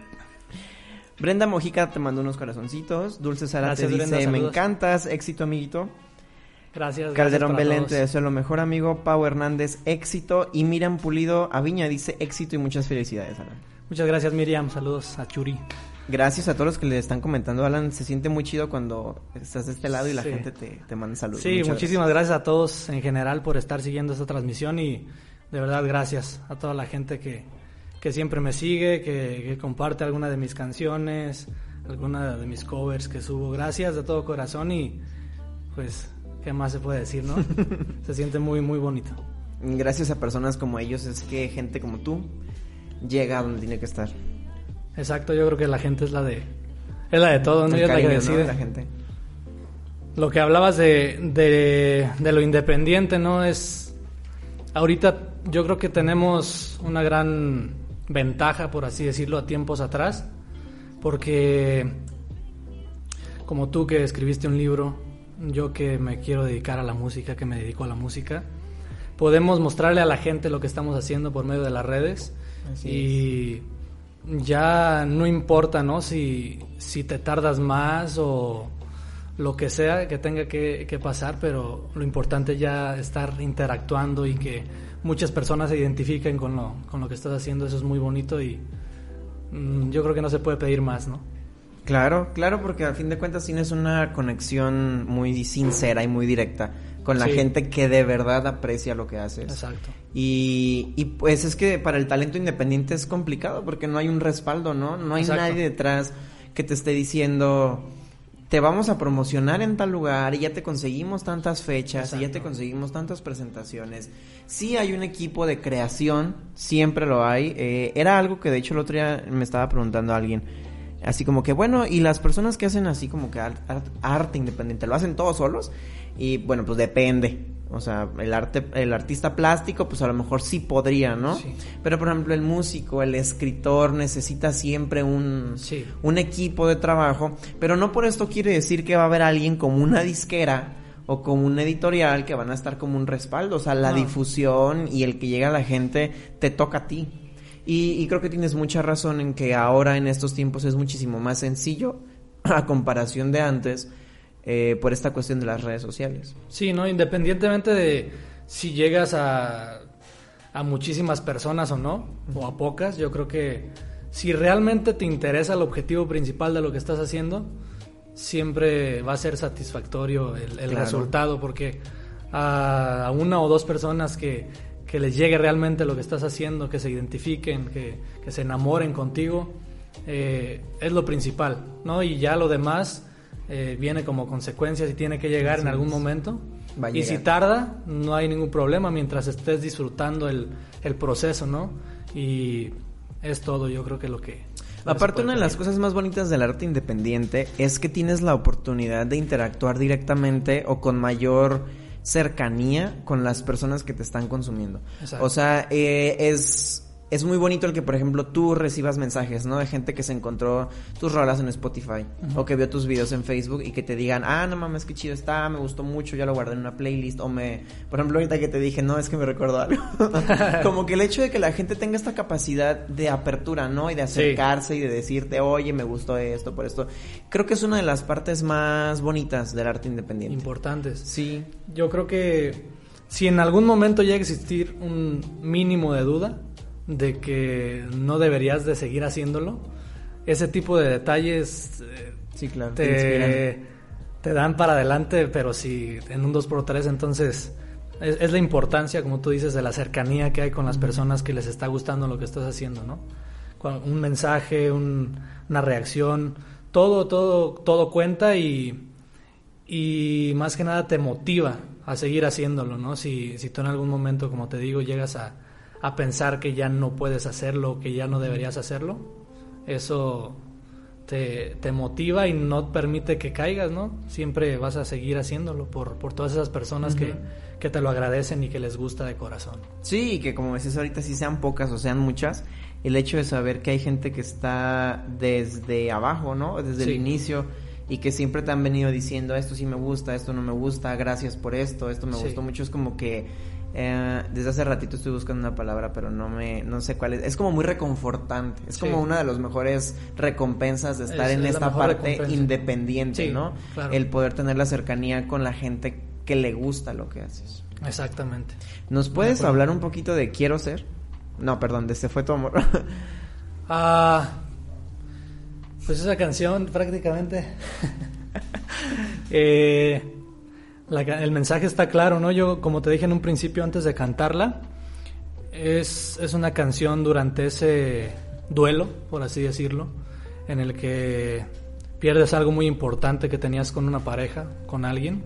Speaker 2: Brenda Mojica te mandó unos corazoncitos. Dulce Zárate
Speaker 3: Gracias,
Speaker 2: dice,
Speaker 3: Brenda,
Speaker 2: me
Speaker 3: saludos.
Speaker 2: encantas, éxito, amiguito.
Speaker 3: Gracias,
Speaker 2: Calderón
Speaker 3: gracias para
Speaker 2: Belén te
Speaker 3: todos.
Speaker 2: deseo lo mejor, amigo. Pau Hernández, éxito. Y Miriam Pulido Aviña dice, éxito y muchas felicidades, Alan.
Speaker 3: Muchas gracias, Miriam. Saludos a Churi.
Speaker 2: Gracias a todos los que le están comentando, Alan. Se siente muy chido cuando estás de este lado y la
Speaker 3: Sí.
Speaker 2: gente te, te manda saludos.
Speaker 3: Sí,
Speaker 2: Muchas
Speaker 3: muchísimas gracias. a todos en general por estar siguiendo esta transmisión y de verdad gracias a toda la gente que, que siempre me sigue, que, que comparte alguna de mis canciones, alguna de mis covers que subo. Gracias de todo corazón y pues, ¿qué más se puede decir, no? Se siente muy, muy bonito.
Speaker 2: Gracias a personas como ellos es que gente como tú llega a donde tiene que estar.
Speaker 3: Exacto, yo creo que la gente es la de es la de todo, ¿no?
Speaker 2: El
Speaker 3: Ella es la que
Speaker 2: cariño, ¿no?
Speaker 3: decide.
Speaker 2: de la gente.
Speaker 3: Lo que hablabas de, de, de lo independiente, ¿no? Es ahorita yo creo que tenemos una gran ventaja, por así decirlo, a tiempos atrás, porque como tú que escribiste un libro, yo que me quiero dedicar a la música, que me dedico a la música, podemos mostrarle a la gente lo que estamos haciendo por medio de las redes.
Speaker 2: Así
Speaker 3: y ya no importa, ¿no? Si, si te tardas más o lo que sea que tenga que, que pasar, pero lo importante es ya estar interactuando y que muchas personas se identifiquen con lo, con lo que estás haciendo. Eso es muy bonito y mmm, yo creo que no se puede pedir más, ¿no?
Speaker 2: Claro, claro, porque a fin de cuentas tienes una conexión muy sincera y muy directa con la
Speaker 3: Sí.
Speaker 2: gente que de verdad aprecia lo que haces.
Speaker 3: Exacto.
Speaker 2: Y, y pues es que para el talento independiente es complicado porque no hay un respaldo, ¿no? No hay
Speaker 3: Exacto.
Speaker 2: nadie detrás que te esté diciendo, te vamos a promocionar en tal lugar y ya te conseguimos tantas fechas
Speaker 3: Exacto.
Speaker 2: y ya te conseguimos tantas presentaciones. Sí hay un equipo de creación, siempre lo hay. Eh, era algo que de hecho el otro día me estaba preguntando a alguien. Así como que, bueno, y las personas que hacen así como que art, art, arte independiente, ¿lo hacen todos solos? Y bueno, pues depende. O sea, el arte, el artista plástico, pues a lo mejor sí podría, ¿no?
Speaker 3: Sí.
Speaker 2: Pero por ejemplo, el músico, el escritor necesita siempre un,
Speaker 3: Sí.
Speaker 2: un equipo de trabajo. Pero no por esto quiere decir que va a haber alguien como una disquera o como un editorial que van a estar como un respaldo. O sea, la
Speaker 3: No.
Speaker 2: difusión y el que llega a la gente te toca a ti. Y, y creo que tienes mucha razón en que ahora en estos tiempos es muchísimo más sencillo a comparación de antes eh, por esta cuestión de las redes sociales.
Speaker 3: Sí, ¿no? Independientemente de si llegas a, a muchísimas personas o no, o a pocas, yo creo que si realmente te interesa el objetivo principal de lo que estás haciendo, siempre va a ser satisfactorio el, el
Speaker 2: Claro.
Speaker 3: resultado, porque a, a una o dos personas que, que les llegue realmente lo que estás haciendo, que se identifiquen, que, que se enamoren contigo, eh, es lo principal, ¿no? Y ya lo demás eh, viene como consecuencias y tiene que llegar
Speaker 2: Así
Speaker 3: en algún
Speaker 2: es.
Speaker 3: momento.
Speaker 2: Va a
Speaker 3: Y si
Speaker 2: llegar.
Speaker 3: tarda, no hay ningún problema mientras estés disfrutando el, el proceso, ¿no? Y es todo, yo creo que lo que... lo que
Speaker 2: Aparte,
Speaker 3: se puede
Speaker 2: una de las
Speaker 3: pedir.
Speaker 2: cosas más bonitas del arte independiente es que tienes la oportunidad de interactuar directamente o con mayor cercanía con las personas que te están consumiendo.
Speaker 3: Exacto.
Speaker 2: O sea, eh, es... Es muy bonito el que, por ejemplo, tú recibas mensajes, ¿no? De gente que se encontró tus rolas en Spotify,
Speaker 3: Uh-huh.
Speaker 2: o que vio tus videos en Facebook y que te digan, ah, no mames, qué chido está, me gustó mucho, ya lo guardé en una playlist. O me, por ejemplo, ahorita que te dije, no, es que me recordó algo. Como que el hecho de que la gente tenga esta capacidad de apertura, ¿no? Y de acercarse y de decirte, oye, me gustó esto, por esto. Creo que es una de las partes más bonitas del arte independiente.
Speaker 3: Importantes.
Speaker 2: Sí.
Speaker 3: Yo creo que si en algún momento llega a existir un mínimo de duda de que no deberías de seguir haciéndolo, ese tipo de detalles eh,
Speaker 2: Sí, claro. Te inspiran.
Speaker 3: te, te dan para adelante, pero si en un dos por tres, entonces es, es la importancia, como tú dices, de la cercanía que hay con las personas que les está gustando lo que estás haciendo, ¿no? Cuando un mensaje, un, una reacción, todo, todo, todo cuenta y, y más que nada te motiva a seguir haciéndolo, ¿no? Si, si tú en algún momento, como te digo, llegas a, a pensar que ya no puedes hacerlo, que ya no deberías hacerlo, eso te, te motiva y no permite que caigas, ¿no? Siempre vas a seguir haciéndolo por, por todas esas personas uh-huh. que, que te lo agradecen y que les gusta de corazón.
Speaker 2: Sí, y que como decías ahorita, si sean pocas o sean muchas, el hecho de saber que hay gente que está desde abajo, ¿no? Desde
Speaker 3: Sí.
Speaker 2: el inicio, y que siempre te han venido diciendo, esto sí me gusta, esto no me gusta, gracias por esto, esto me
Speaker 3: Sí.
Speaker 2: gustó mucho, es como que... Eh, desde hace ratito estoy buscando una palabra, pero no me no sé cuál es. Es como muy reconfortante. Es
Speaker 3: Sí.
Speaker 2: como una de las mejores recompensas de estar
Speaker 3: Es-
Speaker 2: en
Speaker 3: es la
Speaker 2: esta
Speaker 3: mejor
Speaker 2: parte
Speaker 3: recompensa.
Speaker 2: independiente,
Speaker 3: Sí,
Speaker 2: ¿no?
Speaker 3: claro.
Speaker 2: El poder tener la cercanía con la gente que le gusta lo que haces.
Speaker 3: Exactamente.
Speaker 2: ¿Nos puedes
Speaker 3: acuerdo.
Speaker 2: hablar un poquito de Quiero Ser? No, perdón, de Se Fue Tu Amor.
Speaker 3: Ah, pues esa canción prácticamente eh, la ca- el mensaje está claro, ¿no? Yo, como te dije en un principio antes de cantarla, es, es una canción durante ese duelo, por así decirlo, en el que pierdes algo muy importante que tenías con una pareja, con alguien,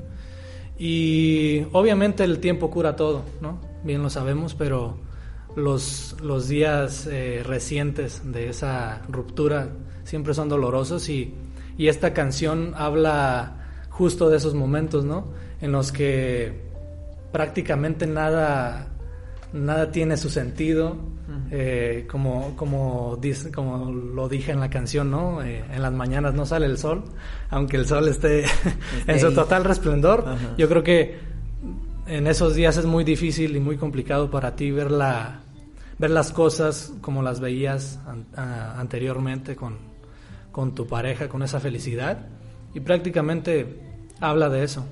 Speaker 3: y obviamente el tiempo cura todo, ¿no? Bien lo sabemos, pero los, los días eh, recientes de esa ruptura siempre son dolorosos y, y esta canción habla justo de esos momentos, ¿no? En los que prácticamente nada, nada tiene su sentido, uh-huh. eh, como, como, dice, como lo dije en la canción, ¿no? Eh, en las mañanas no sale el sol, aunque el sol esté en su total resplendor. Uh-huh. Yo creo que en esos días es muy difícil y muy complicado para ti ver la, ver las cosas como las veías an, a, anteriormente con, con tu pareja, con esa felicidad, y prácticamente habla de eso.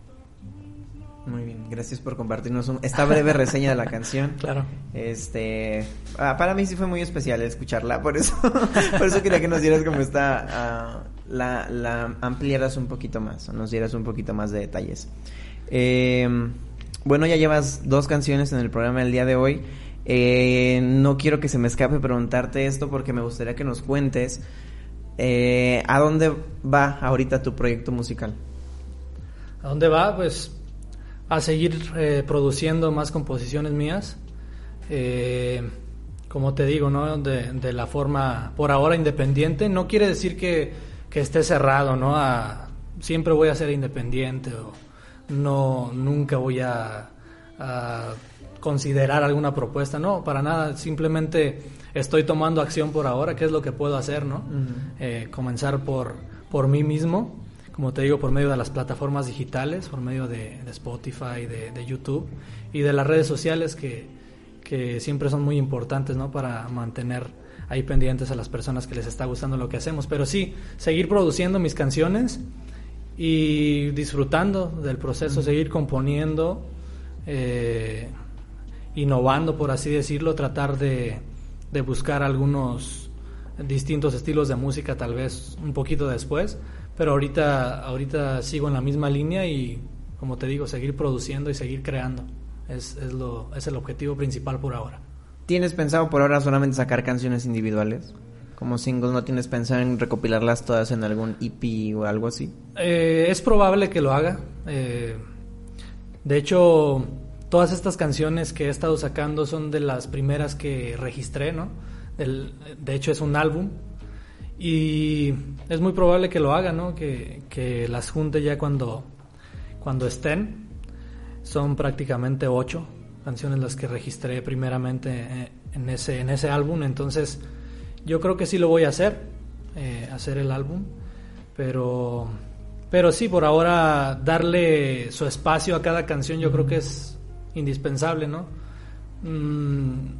Speaker 2: Muy bien, gracias por compartirnos un, esta breve reseña de la canción.
Speaker 3: Claro.
Speaker 2: Este, ah, para mí sí fue muy especial escucharla, por eso, por eso quería que nos dieras como esta, uh, la, la ampliaras un poquito más, o nos dieras un poquito más de detalles. Eh, bueno, ya llevas dos canciones en el programa del día de hoy. Eh, no quiero que se me escape preguntarte esto porque me gustaría que nos cuentes eh, ¿a dónde va ahorita tu proyecto musical?
Speaker 3: ¿A dónde va? Pues a seguir eh, produciendo más composiciones mías, eh, como te digo, ¿no? De, de la forma por ahora independiente. No quiere decir que, que esté cerrado, ¿no? A, siempre voy a ser independiente o no, nunca voy a, a considerar alguna propuesta, no, para nada. Simplemente estoy tomando acción por ahora, qué es lo que puedo hacer, ¿no? Uh-huh. Eh, comenzar por, por mí mismo. Como te digo, por medio de las plataformas digitales, por medio de, de Spotify, de, de YouTube y de las redes sociales que, que siempre son muy importantes, ¿no? Para mantener ahí pendientes a las personas que les está gustando lo que hacemos. Pero sí, seguir produciendo mis canciones y disfrutando del proceso, seguir componiendo, eh, innovando, por así decirlo, tratar de, de buscar algunos distintos estilos de música tal vez un poquito después. Pero ahorita, ahorita sigo en la misma línea y, como te digo, seguir produciendo y seguir creando. Es, es, lo, es el objetivo principal por ahora.
Speaker 2: ¿Tienes pensado por ahora solamente sacar canciones individuales? como single, ¿no tienes pensado en recopilarlas todas en algún E P o algo así?
Speaker 3: Eh, es probable que lo haga. Eh, de hecho, todas estas canciones que he estado sacando son de las primeras que registré, ¿no? El, de hecho, es un álbum. Y es muy probable que lo haga, ¿no? Que, que las junte ya cuando, cuando estén. Son prácticamente ocho canciones las que registré primeramente en ese, en ese álbum. Entonces, yo creo que sí lo voy a hacer, eh, hacer el álbum. Pero, pero sí, por ahora darle su espacio a cada canción yo creo que es indispensable, ¿no? Mm,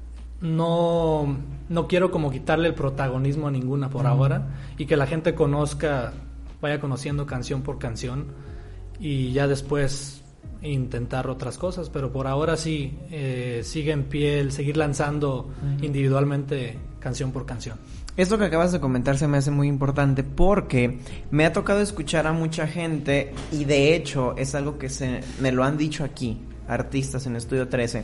Speaker 3: no, no quiero como quitarle el protagonismo a ninguna por uh-huh. ahora, y que la gente conozca, vaya conociendo canción por canción, y ya después intentar otras cosas, pero por ahora sí, eh, sigue en pie el seguir lanzando uh-huh. individualmente canción por canción.
Speaker 2: Esto que acabas de comentar se me hace muy importante porque me ha tocado escuchar a mucha gente, y de hecho es algo que se me lo han dicho aquí, artistas en Estudio trece,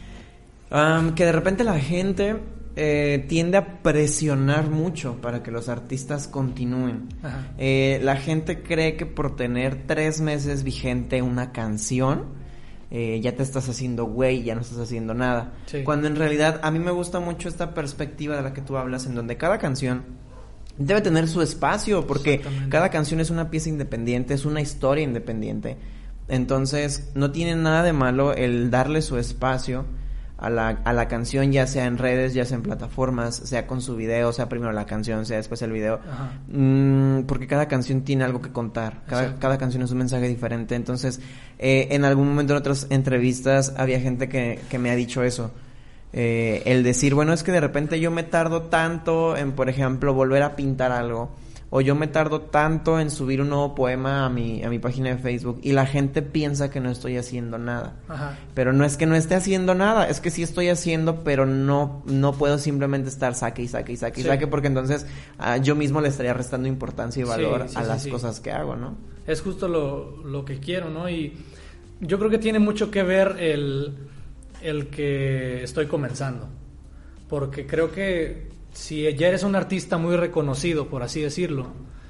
Speaker 2: um, que de repente la gente eh, tiende a presionar mucho para que los artistas continúen. Eh, la gente cree que por tener tres meses vigente una canción, eh, ya te estás haciendo güey, ya no estás haciendo nada. Sí. Cuando en realidad a mí me gusta mucho esta perspectiva de la que tú hablas, en donde cada canción debe tener su espacio, porque cada canción es una pieza independiente, es una historia independiente. Entonces no tiene nada de malo el darle su espacio a la, a la canción, ya sea en redes, ya sea en plataformas, sea con su video, sea primero la canción, sea después el video, mm, porque cada canción tiene algo que contar, cada, cada canción es un mensaje diferente. Entonces eh, en algún momento en otras entrevistas había gente que, que me ha dicho eso, eh, el decir, bueno, es que de repente yo me tardo tanto en, por ejemplo, volver a pintar algo, o yo me tardo tanto en subir un nuevo poema a mi, a mi página de Facebook, y la gente piensa que no estoy haciendo nada. Ajá. Pero no es que no esté haciendo nada, es que sí estoy haciendo, pero no, no puedo simplemente estar saque y saque y saque y sí. saque, porque entonces uh, yo mismo le estaría restando importancia y valor sí, sí, a sí, las sí. cosas que hago, ¿no?
Speaker 3: Es justo lo, lo que quiero, ¿no? Y yo creo que tiene mucho que ver el, el que estoy comenzando, porque creo que si ya eres un artista muy reconocido, por así decirlo,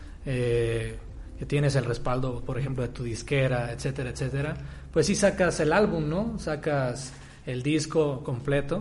Speaker 3: eh, que tienes el respaldo, por ejemplo, de tu disquera, etcétera, etcétera, pues sí sacas el álbum, ¿no? Sacas el disco completo,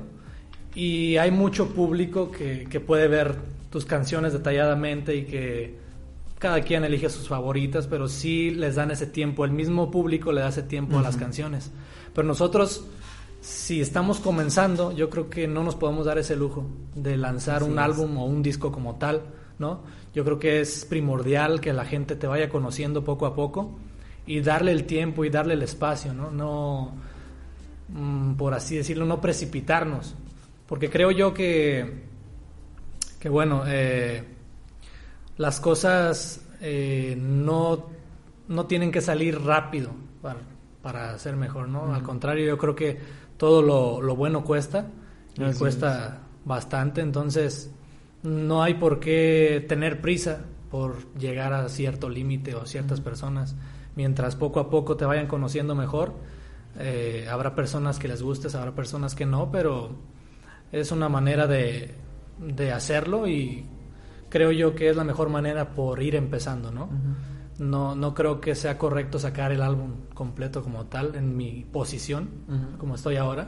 Speaker 3: y hay mucho público que, que puede ver tus canciones detalladamente, y que cada quien elige sus favoritas, pero sí les dan ese tiempo, el mismo público le da ese tiempo uh-huh. a las canciones. Pero nosotros, si estamos comenzando, yo creo que no nos podemos dar ese lujo de lanzar Así un es. álbum o un disco como tal, ¿no? Yo creo que es primordial que la gente te vaya conociendo poco a poco, y darle el tiempo y darle el espacio, ¿no? No, mmm, por así decirlo, no precipitarnos, porque creo yo que, que bueno, eh, las cosas eh, no, no tienen que salir rápido para, para ser mejor, ¿no? Uh-huh. Al contrario, yo creo que todo lo, lo bueno cuesta, y Así cuesta es. bastante, entonces no hay por qué tener prisa por llegar a cierto límite o ciertas personas. Mientras poco a poco te vayan conociendo mejor, eh, habrá personas que les gustes, habrá personas que no, pero es una manera de, de hacerlo, y creo yo que es la mejor manera por ir empezando, ¿no? Uh-huh. No, no creo que sea correcto sacar el álbum completo como tal, en mi posición, uh-huh. como estoy ahora,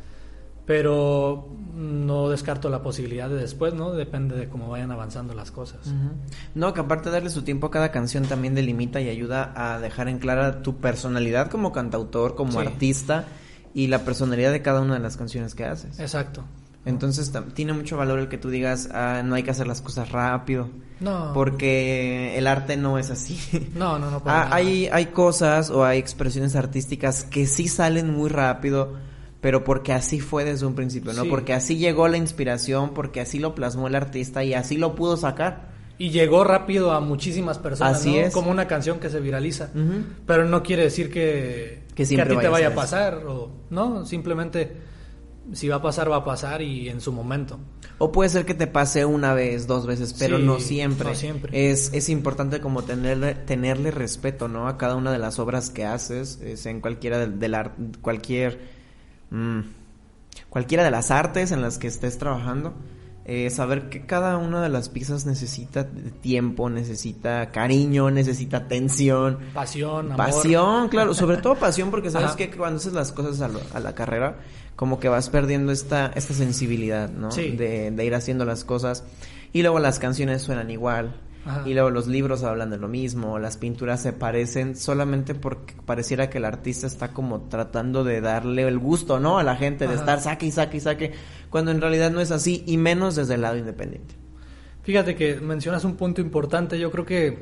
Speaker 3: pero no descarto la posibilidad de después, ¿no? Depende de cómo vayan avanzando las cosas.
Speaker 2: Uh-huh. No, que aparte de darle su tiempo a cada canción también delimita y ayuda a dejar en clara tu personalidad como cantautor, como sí. artista, y la personalidad de cada una de las canciones que haces.
Speaker 3: Exacto.
Speaker 2: Entonces t- tiene mucho valor el que tú digas, ah, no hay que hacer las cosas rápido.
Speaker 3: No.
Speaker 2: Porque el arte no es así.
Speaker 3: No, no, no.
Speaker 2: ah, hay, hay cosas o hay expresiones artísticas que sí salen muy rápido, pero porque así fue desde un principio, ¿no? Sí. Porque así llegó la inspiración, porque así lo plasmó el artista y así lo pudo sacar.
Speaker 3: Y llegó rápido a muchísimas personas,
Speaker 2: así
Speaker 3: ¿no?
Speaker 2: es.
Speaker 3: Como una canción que se viraliza.
Speaker 2: Uh-huh.
Speaker 3: Pero no quiere decir que,
Speaker 2: que,
Speaker 3: que a ti te vaya a
Speaker 2: eso.
Speaker 3: pasar. O, no, simplemente si va a pasar, va a pasar, y en su momento.
Speaker 2: O puede ser que te pase una vez, dos veces, pero sí, no siempre.
Speaker 3: No siempre.
Speaker 2: Es, es importante como tenerle, tenerle respeto, ¿no? A cada una de las obras que haces, es en cualquiera de, de la, cualquier, mmm, cualquiera de las artes en las que estés trabajando. Eh, saber que cada una de las piezas necesita tiempo, necesita cariño, necesita atención.
Speaker 3: Pasión, amor.
Speaker 2: Pasión, claro, sobre todo pasión, porque sabes
Speaker 3: Ajá.
Speaker 2: que cuando haces las cosas a, lo, a la carrera, como que vas perdiendo esta esta sensibilidad, ¿no?
Speaker 3: Sí.
Speaker 2: De, de ir haciendo las cosas. Y luego las canciones suenan igual.
Speaker 3: Ajá.
Speaker 2: Y luego los libros hablan de lo mismo, las pinturas se parecen solamente porque pareciera que el artista está como tratando de darle el gusto, ¿no? A la gente de
Speaker 3: Ajá.
Speaker 2: estar saque y saque y saque, cuando en realidad no es así, y menos desde el lado independiente.
Speaker 3: Fíjate que mencionas un punto importante. Yo creo que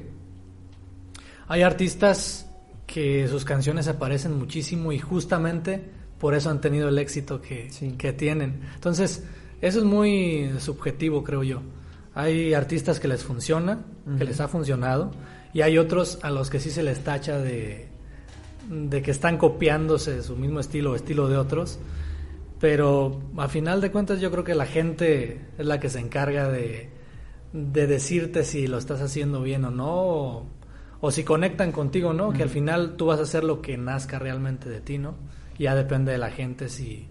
Speaker 3: hay artistas que sus canciones se parecen muchísimo y justamente por eso han tenido el éxito que,
Speaker 2: Sí.
Speaker 3: que tienen. Entonces, eso es muy subjetivo, creo yo. Hay artistas que les funciona,
Speaker 2: Uh-huh.
Speaker 3: que les ha funcionado, y hay otros a los que sí se les tacha de, de que están copiándose su mismo estilo o estilo de otros. Pero a final de cuentas yo creo que la gente es la que se encarga de, de decirte si lo estás haciendo bien o no, o, o si conectan contigo, ¿no? Uh-huh. Que al final tú vas a hacer lo que nazca realmente de ti, ¿no? Ya depende de la gente si,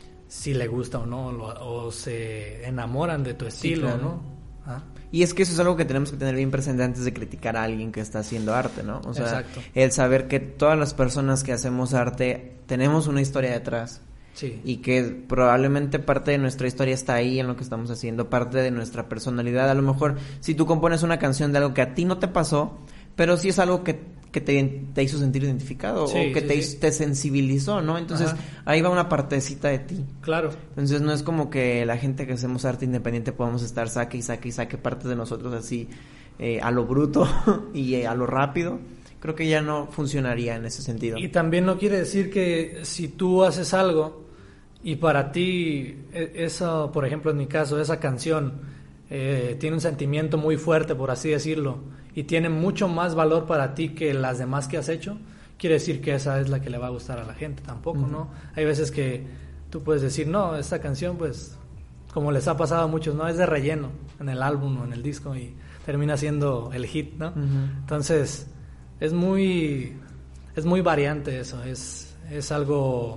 Speaker 3: si le gusta o no, o, o se enamoran de tu estilo,
Speaker 2: Sí, claro.
Speaker 3: ¿no? ¿Ah?
Speaker 2: Y es que eso es algo que tenemos que tener bien presente antes de criticar a alguien que está haciendo arte, ¿no? O sea,
Speaker 3: Exacto.
Speaker 2: el saber que todas las personas que hacemos arte tenemos una historia detrás.
Speaker 3: Sí.
Speaker 2: Y que probablemente parte de nuestra historia está ahí en lo que estamos haciendo, parte de nuestra personalidad. A lo mejor si tú compones una canción de algo que a ti no te pasó, pero sí es algo que, que te, te hizo sentir identificado,
Speaker 3: Sí,
Speaker 2: o que
Speaker 3: sí,
Speaker 2: te,
Speaker 3: sí.
Speaker 2: te sensibilizó, ¿no? Entonces
Speaker 3: Ajá.
Speaker 2: ahí va una partecita de ti.
Speaker 3: Claro.
Speaker 2: Entonces no es como que la gente que hacemos arte independiente podamos estar saque y saque y saque parte de nosotros así eh, a lo bruto y eh, a lo rápido. Creo que ya no funcionaría en ese sentido.
Speaker 3: Y también no quiere decir que si tú haces algo y para ti e- eso, por ejemplo en mi caso, esa canción eh, tiene un sentimiento muy fuerte, por así decirlo, y tiene mucho más valor para ti que las demás que has hecho, quiere decir que esa es la que le va a gustar a la gente tampoco,
Speaker 2: Uh-huh.
Speaker 3: ¿no? Hay veces que tú puedes decir, no, esta canción pues, como les ha pasado a muchos, no, es de relleno en el álbum o en el disco y termina siendo el hit, ¿no?
Speaker 2: Uh-huh.
Speaker 3: Entonces, es muy es muy variante eso, es es algo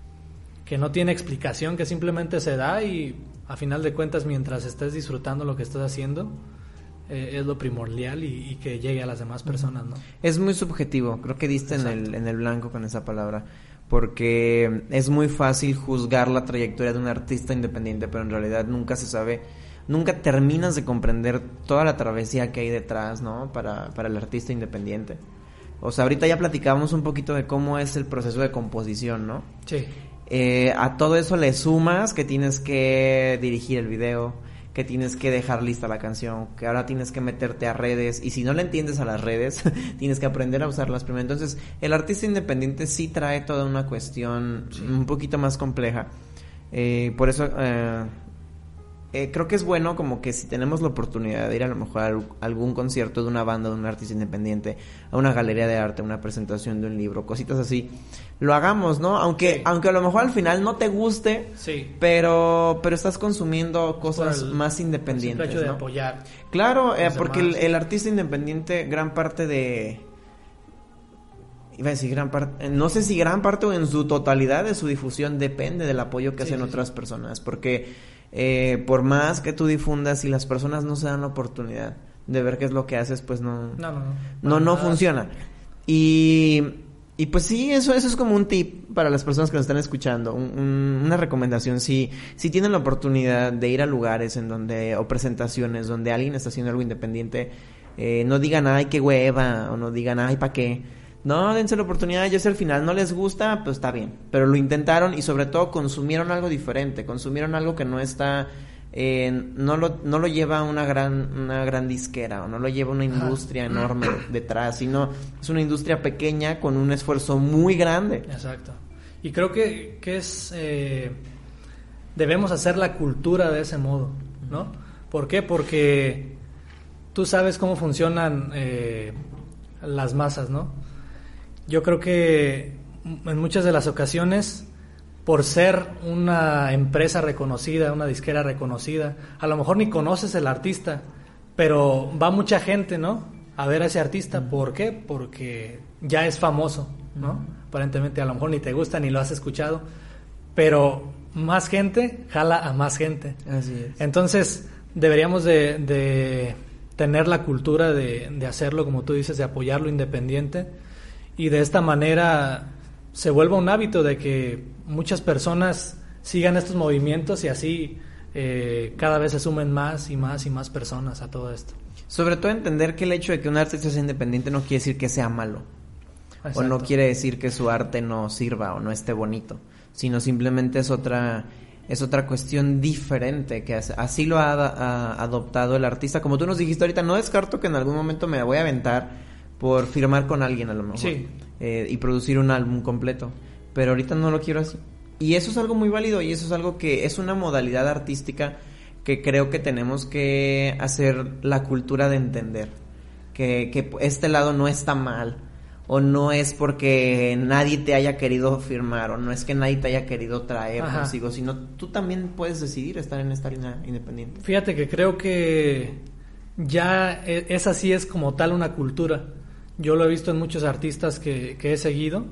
Speaker 3: que no tiene explicación, que simplemente se da y a final de cuentas mientras estés disfrutando lo que estás haciendo eh, es lo primordial y, y que llegue a las demás personas, ¿no?
Speaker 2: Es muy subjetivo, creo que diste en el, en el blanco con esa palabra, porque es muy fácil juzgar la trayectoria de un artista independiente, pero en realidad nunca se sabe, nunca terminas de comprender toda la travesía que hay detrás, ¿no? Para, para el artista independiente. O sea, ahorita ya platicábamos un poquito de cómo es el proceso de composición, ¿no?
Speaker 3: Sí.
Speaker 2: Eh, a todo eso le sumas que tienes que dirigir el video, que tienes que dejar lista la canción, que ahora tienes que meterte a redes, y si no le entiendes a las redes, tienes que aprender a usarlas primero. Entonces, el artista independiente sí trae toda una cuestión sí. un poquito más compleja. Eh, por eso, eh, eh, creo que es bueno como que si tenemos la oportunidad de ir a lo mejor a algún concierto de una banda, de un artista independiente, a una galería de arte, a una presentación de un libro, cositas así, lo hagamos, ¿no? Aunque sí. aunque a lo mejor al final no te guste,
Speaker 3: sí.
Speaker 2: pero pero estás consumiendo cosas el, más independientes,
Speaker 3: el hecho de
Speaker 2: ¿no?
Speaker 3: apoyar.
Speaker 2: Claro, eh, porque el, el artista independiente, gran parte de... Iba a decir gran parte... No sé si gran parte o en su totalidad de su difusión depende del apoyo que sí, hacen sí, otras sí. personas, porque eh, por más que tú difundas, si las personas no se dan la oportunidad de ver qué es lo que haces, pues no...
Speaker 3: No, no, no.
Speaker 2: No, no funciona. Y... Y pues sí, eso eso es como un tip para las personas que nos están escuchando, un, un, una recomendación. Si si tienen la oportunidad de ir a lugares en donde o presentaciones donde alguien está haciendo algo independiente, eh, no digan ay qué hueva o no digan ay pa qué. No, dense la oportunidad. Ya si al final no les gusta, pues está bien. Pero lo intentaron y sobre todo consumieron algo diferente, consumieron algo que no está Eh, no lo no lo lleva una gran una gran disquera o no lo lleva una industria enorme detrás, sino es una industria pequeña con un esfuerzo muy grande.
Speaker 3: Exacto. Y creo que, que es eh, debemos hacer la cultura de ese modo, ¿no? ¿Por qué? Porque tú sabes cómo funcionan eh, las masas, ¿no? Yo creo que en muchas de las ocasiones, por ser una empresa reconocida, una disquera reconocida, a lo mejor ni conoces el artista, pero va mucha gente, ¿no?, a ver a ese artista. Uh-huh. ¿Por qué? Porque ya es famoso, ¿no? Uh-huh. Aparentemente a lo mejor ni te gusta ni lo has escuchado, pero más gente jala a más gente.
Speaker 2: Así es.
Speaker 3: Entonces, deberíamos de, de tener la cultura de, de hacerlo, como tú dices, de apoyar lo independiente, y de esta manera se vuelva un hábito de que muchas personas sigan estos movimientos y así eh, cada vez se sumen más y más y más personas a todo esto.
Speaker 2: Sobre todo entender que el hecho de que un artista sea independiente no quiere decir que sea malo. Exacto. O no quiere decir que su arte no sirva o no esté bonito, sino simplemente es otra es otra cuestión diferente, que así lo ha, ha adoptado el artista. Como tú nos dijiste ahorita, no descarto que en algún momento me voy a aventar por firmar con alguien a lo mejor,
Speaker 3: sí.
Speaker 2: eh, y producir un álbum completo, pero ahorita no lo quiero así. Y eso es algo muy válido, y eso es algo que es una modalidad artística que creo que tenemos que hacer la cultura de entender que, que este lado no está mal, o no es porque nadie te haya querido firmar, o no es que nadie te haya querido traer Ajá. consigo, sino tú también puedes decidir estar en esta línea independiente.
Speaker 3: Fíjate que creo que ya esa sí es como tal una cultura. Yo lo he visto en muchos artistas que, que he seguido,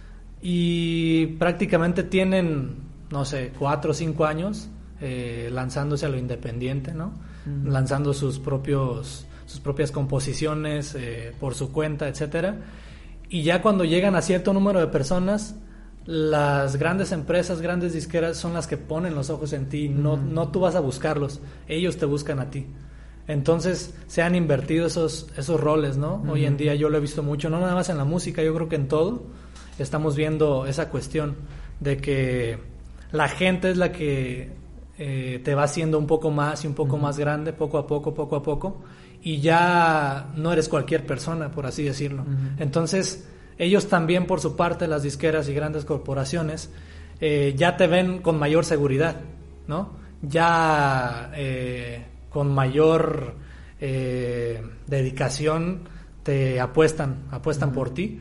Speaker 3: y prácticamente tienen, no sé, cuatro o cinco años Eh, lanzándose a lo independiente, ¿no? Uh-huh. Lanzando sus propios sus propias composiciones eh, por su cuenta, etcétera. Y ya cuando llegan a cierto número de personas, las grandes empresas, grandes disqueras son las que ponen los ojos en ti. Uh-huh. No no tú vas a buscarlos, ellos te buscan a ti. Entonces se han invertido esos esos roles, ¿no? Uh-huh. Hoy en día yo lo he visto mucho, no nada más en la música, yo creo que en todo estamos viendo esa cuestión de que la gente es la que Eh, te va haciendo un poco más y un poco uh-huh. más grande, poco a poco, poco a poco, y ya no eres cualquier persona, por así decirlo. Uh-huh. Entonces, ellos también, por su parte, las disqueras y grandes corporaciones, eh, ya te ven con mayor seguridad, ¿no? Ya eh, con mayor eh, dedicación te apuestan, apuestan uh-huh. por ti,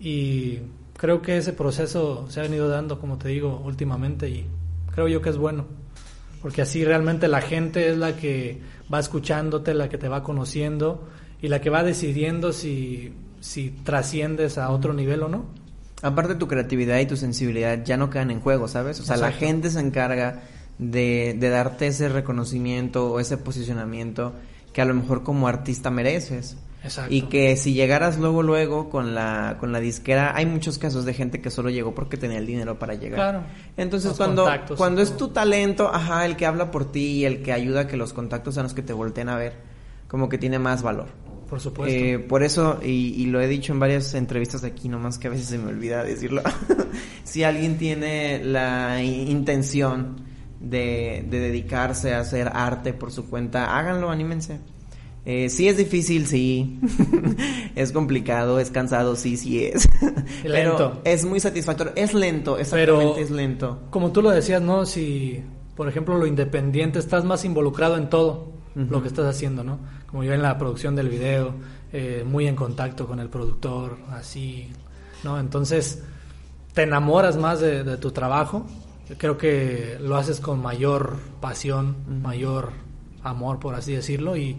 Speaker 3: y creo que ese proceso se ha venido dando, como te digo, últimamente, y creo yo que es bueno. Porque así realmente la gente es la que va escuchándote, la que te va conociendo y la que va decidiendo si, si trasciendes a otro nivel o no.
Speaker 2: Aparte, tu creatividad y tu sensibilidad ya no quedan en juego, ¿sabes? O sea, Exacto. la gente se encarga de, de darte ese reconocimiento o ese posicionamiento que a lo mejor como artista mereces.
Speaker 3: Exacto.
Speaker 2: Y que si llegaras luego luego con la con la disquera, hay muchos casos de gente que solo llegó porque tenía el dinero para llegar.
Speaker 3: Claro.
Speaker 2: Entonces
Speaker 3: los
Speaker 2: cuando cuando es tu talento, ajá, el que habla por ti y el que ayuda a que los contactos sean los que te volteen a ver, como que tiene más valor.
Speaker 3: Por supuesto.
Speaker 2: Eh, por eso, y, y lo he dicho en varias entrevistas de aquí, nomás que a veces se me olvida decirlo. Si alguien tiene la intención de, de dedicarse a hacer arte por su cuenta, háganlo, anímense. Eh, sí es difícil, sí. Es complicado, es cansado, sí, sí es.
Speaker 3: Lento.
Speaker 2: Pero es muy satisfactorio. Es lento, exactamente. Pero, es lento.
Speaker 3: Como tú lo decías, ¿no? Si, por ejemplo, lo independiente, estás más involucrado en todo uh-huh. lo que estás haciendo, ¿no? Como yo en la producción del video, eh, muy en contacto con el productor, así, ¿no? Entonces, te enamoras más de, de tu trabajo. Creo que lo haces con mayor pasión, uh-huh. mayor amor, por así decirlo, y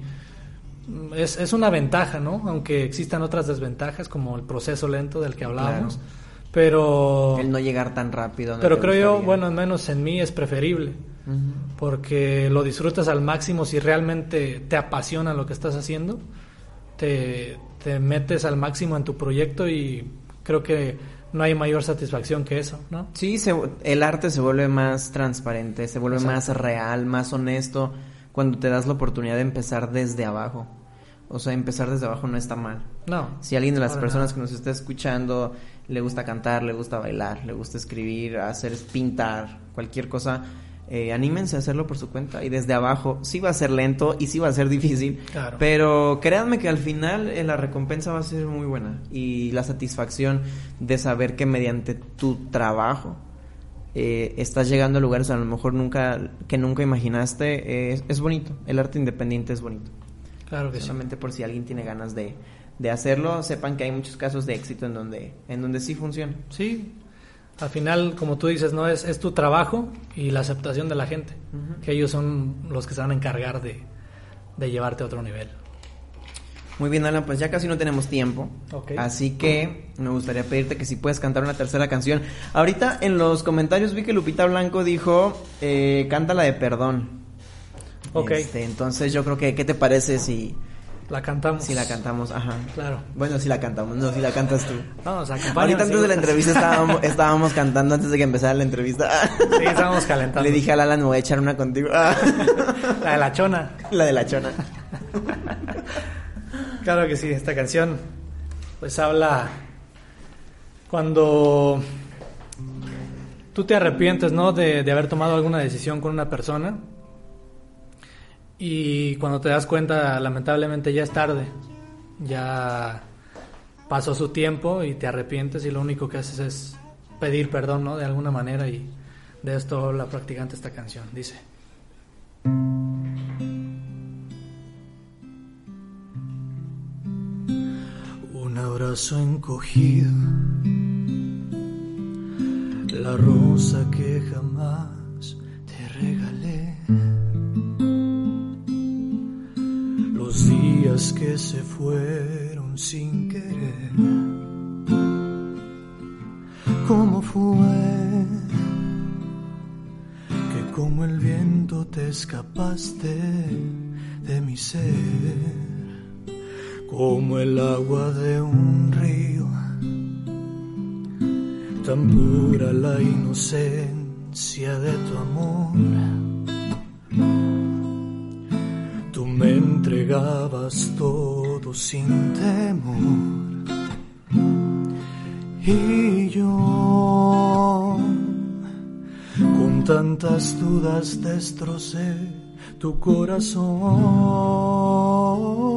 Speaker 3: Es, es una ventaja, ¿no? Aunque existan otras desventajas como el proceso lento del que hablábamos, claro. pero
Speaker 2: el no llegar tan rápido.
Speaker 3: Pero creo yo, bueno, al menos en mí es preferible, uh-huh. porque lo disfrutas al máximo. Si realmente te apasiona lo que estás haciendo, te, te metes al máximo en tu proyecto, y creo que no hay mayor satisfacción que eso, ¿no?
Speaker 2: Sí, se, el arte se vuelve más transparente, se vuelve Exacto. más real, más honesto, cuando te das la oportunidad de empezar desde abajo. O sea, empezar desde abajo no está mal.
Speaker 3: No.
Speaker 2: Si alguien de las personas
Speaker 3: nada.
Speaker 2: que nos está escuchando le gusta cantar, le gusta bailar, le gusta escribir, hacer, pintar, cualquier cosa, eh, anímense a hacerlo por su cuenta. Y desde abajo sí va a ser lento y sí va a ser difícil.
Speaker 3: Claro. Pero
Speaker 2: créanme que al final eh, la recompensa va a ser muy buena. Y la satisfacción de saber que mediante tu trabajo Eh, estás llegando a lugares a lo mejor nunca que nunca imaginaste, eh, es, es bonito. El arte independiente es bonito.
Speaker 3: Claro que
Speaker 2: Solamente
Speaker 3: sí.
Speaker 2: por si alguien tiene ganas de, de hacerlo, sepan que hay muchos casos de éxito en donde en donde sí funciona.
Speaker 3: Sí, al final, como tú dices, no es, es tu trabajo y la aceptación de la gente, uh-huh. que ellos son los que se van a encargar de, de llevarte a otro nivel.
Speaker 2: Muy bien, Alan, pues ya casi no tenemos tiempo.
Speaker 3: Okay.
Speaker 2: Así que me gustaría pedirte que si puedes cantar una tercera canción. Ahorita en los comentarios vi que Lupita Blanco dijo, eh, canta la de Perdón.
Speaker 3: Ok.
Speaker 2: Este, entonces yo creo que, ¿qué te parece si...
Speaker 3: La cantamos.
Speaker 2: Si la cantamos, ajá.
Speaker 3: Claro.
Speaker 2: Bueno, si la cantamos, no, si la cantas tú.
Speaker 3: No, nos acompañan.
Speaker 2: Ahorita antes
Speaker 3: sí,
Speaker 2: de la entrevista estábamos, estábamos cantando antes de que empezara la entrevista.
Speaker 3: Sí, estábamos calentando.
Speaker 2: Le dije a Alan, me voy a echar una contigo.
Speaker 3: La de la chona.
Speaker 2: La de la chona.
Speaker 3: Claro que sí, esta canción pues habla cuando tú te arrepientes, ¿no? De, de haber tomado alguna decisión con una persona y cuando te das cuenta, lamentablemente ya es tarde, ya pasó su tiempo y te arrepientes y lo único que haces es pedir perdón, ¿no? De alguna manera, y de esto habla practicante esta canción. Dice:
Speaker 4: un abrazo encogido, la rosa que jamás te regalé, los días que se fueron sin querer. ¿Cómo fue que como el viento te escapaste de mi ser? Como el agua de un río, tan pura la inocencia de tu amor. Tú me entregabas todo sin temor, y yo con tantas dudas destrocé tu corazón.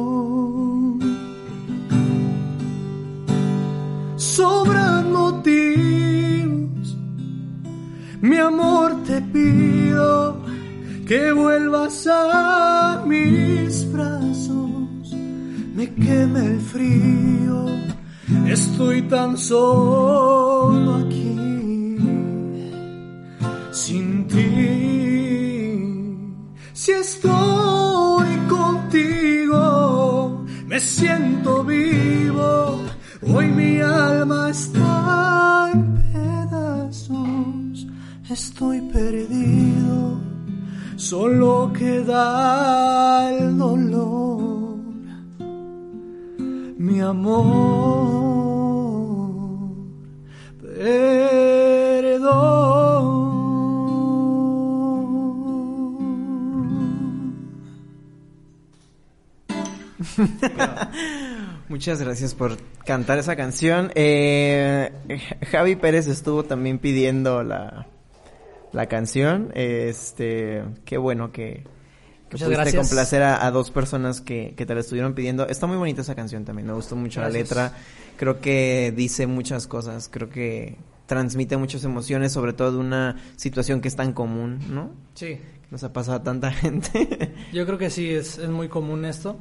Speaker 4: Sobran motivos, mi amor, te pido que vuelvas a mis brazos. Me quema el frío, estoy tan solo aquí, sin ti. Si estoy contigo, me siento vivo. Hoy mi alma está en pedazos, estoy perdido, solo queda el dolor. Mi amor, perdón.
Speaker 2: Muchas gracias por cantar esa canción. Eh, Javi Pérez estuvo también pidiendo la, la canción. Este, qué bueno que, que pudiste
Speaker 3: gracias.
Speaker 2: complacer a, a dos personas que, que te la estuvieron pidiendo. Está muy bonita esa canción también, me gustó mucho
Speaker 3: Gracias.
Speaker 2: la letra. Creo que dice muchas cosas, creo que transmite muchas emociones, sobre todo de una situación que es tan común, ¿no?
Speaker 3: Sí.
Speaker 2: Que nos ha pasado a tanta gente.
Speaker 3: Yo creo que sí, es, es muy común esto.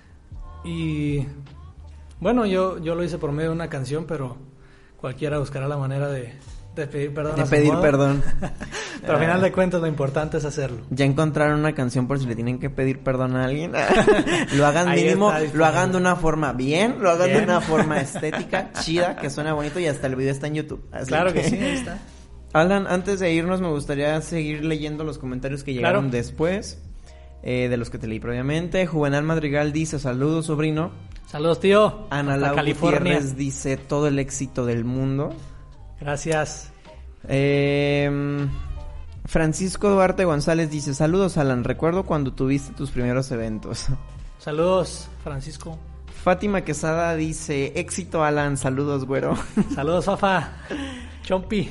Speaker 3: Y bueno, yo, yo lo hice por medio de una canción, pero cualquiera buscará la manera de, de pedir perdón.
Speaker 2: De
Speaker 3: a su
Speaker 2: pedir
Speaker 3: modo.
Speaker 2: perdón.
Speaker 3: Pero al final de cuentas lo importante es hacerlo.
Speaker 2: Ya encontraron una canción por si le tienen que pedir perdón a alguien. Lo hagan
Speaker 3: Ahí
Speaker 2: mínimo,
Speaker 3: está, ahí está.
Speaker 2: lo hagan de una forma bien, lo hagan
Speaker 3: Bien.
Speaker 2: de una forma estética, chida, que suena bonito, y hasta el video está en YouTube. Así
Speaker 3: Claro que sí, ahí está.
Speaker 2: Alan, antes de irnos me gustaría seguir leyendo los comentarios que llegaron
Speaker 3: Claro.
Speaker 2: después, eh, de los que te leí previamente. Juvenal Madrigal dice, saludos sobrino.
Speaker 3: Saludos, tío.
Speaker 2: Ana
Speaker 3: Hasta
Speaker 2: Lau
Speaker 3: California.
Speaker 2: Gutiérrez dice, todo el éxito del mundo.
Speaker 3: Gracias.
Speaker 2: Eh, Francisco Duarte González dice, saludos Alan, recuerdo cuando tuviste tus primeros eventos.
Speaker 3: Saludos, Francisco.
Speaker 2: Fátima Quesada dice, éxito Alan, saludos güero.
Speaker 3: Saludos, Fafa. Chompi.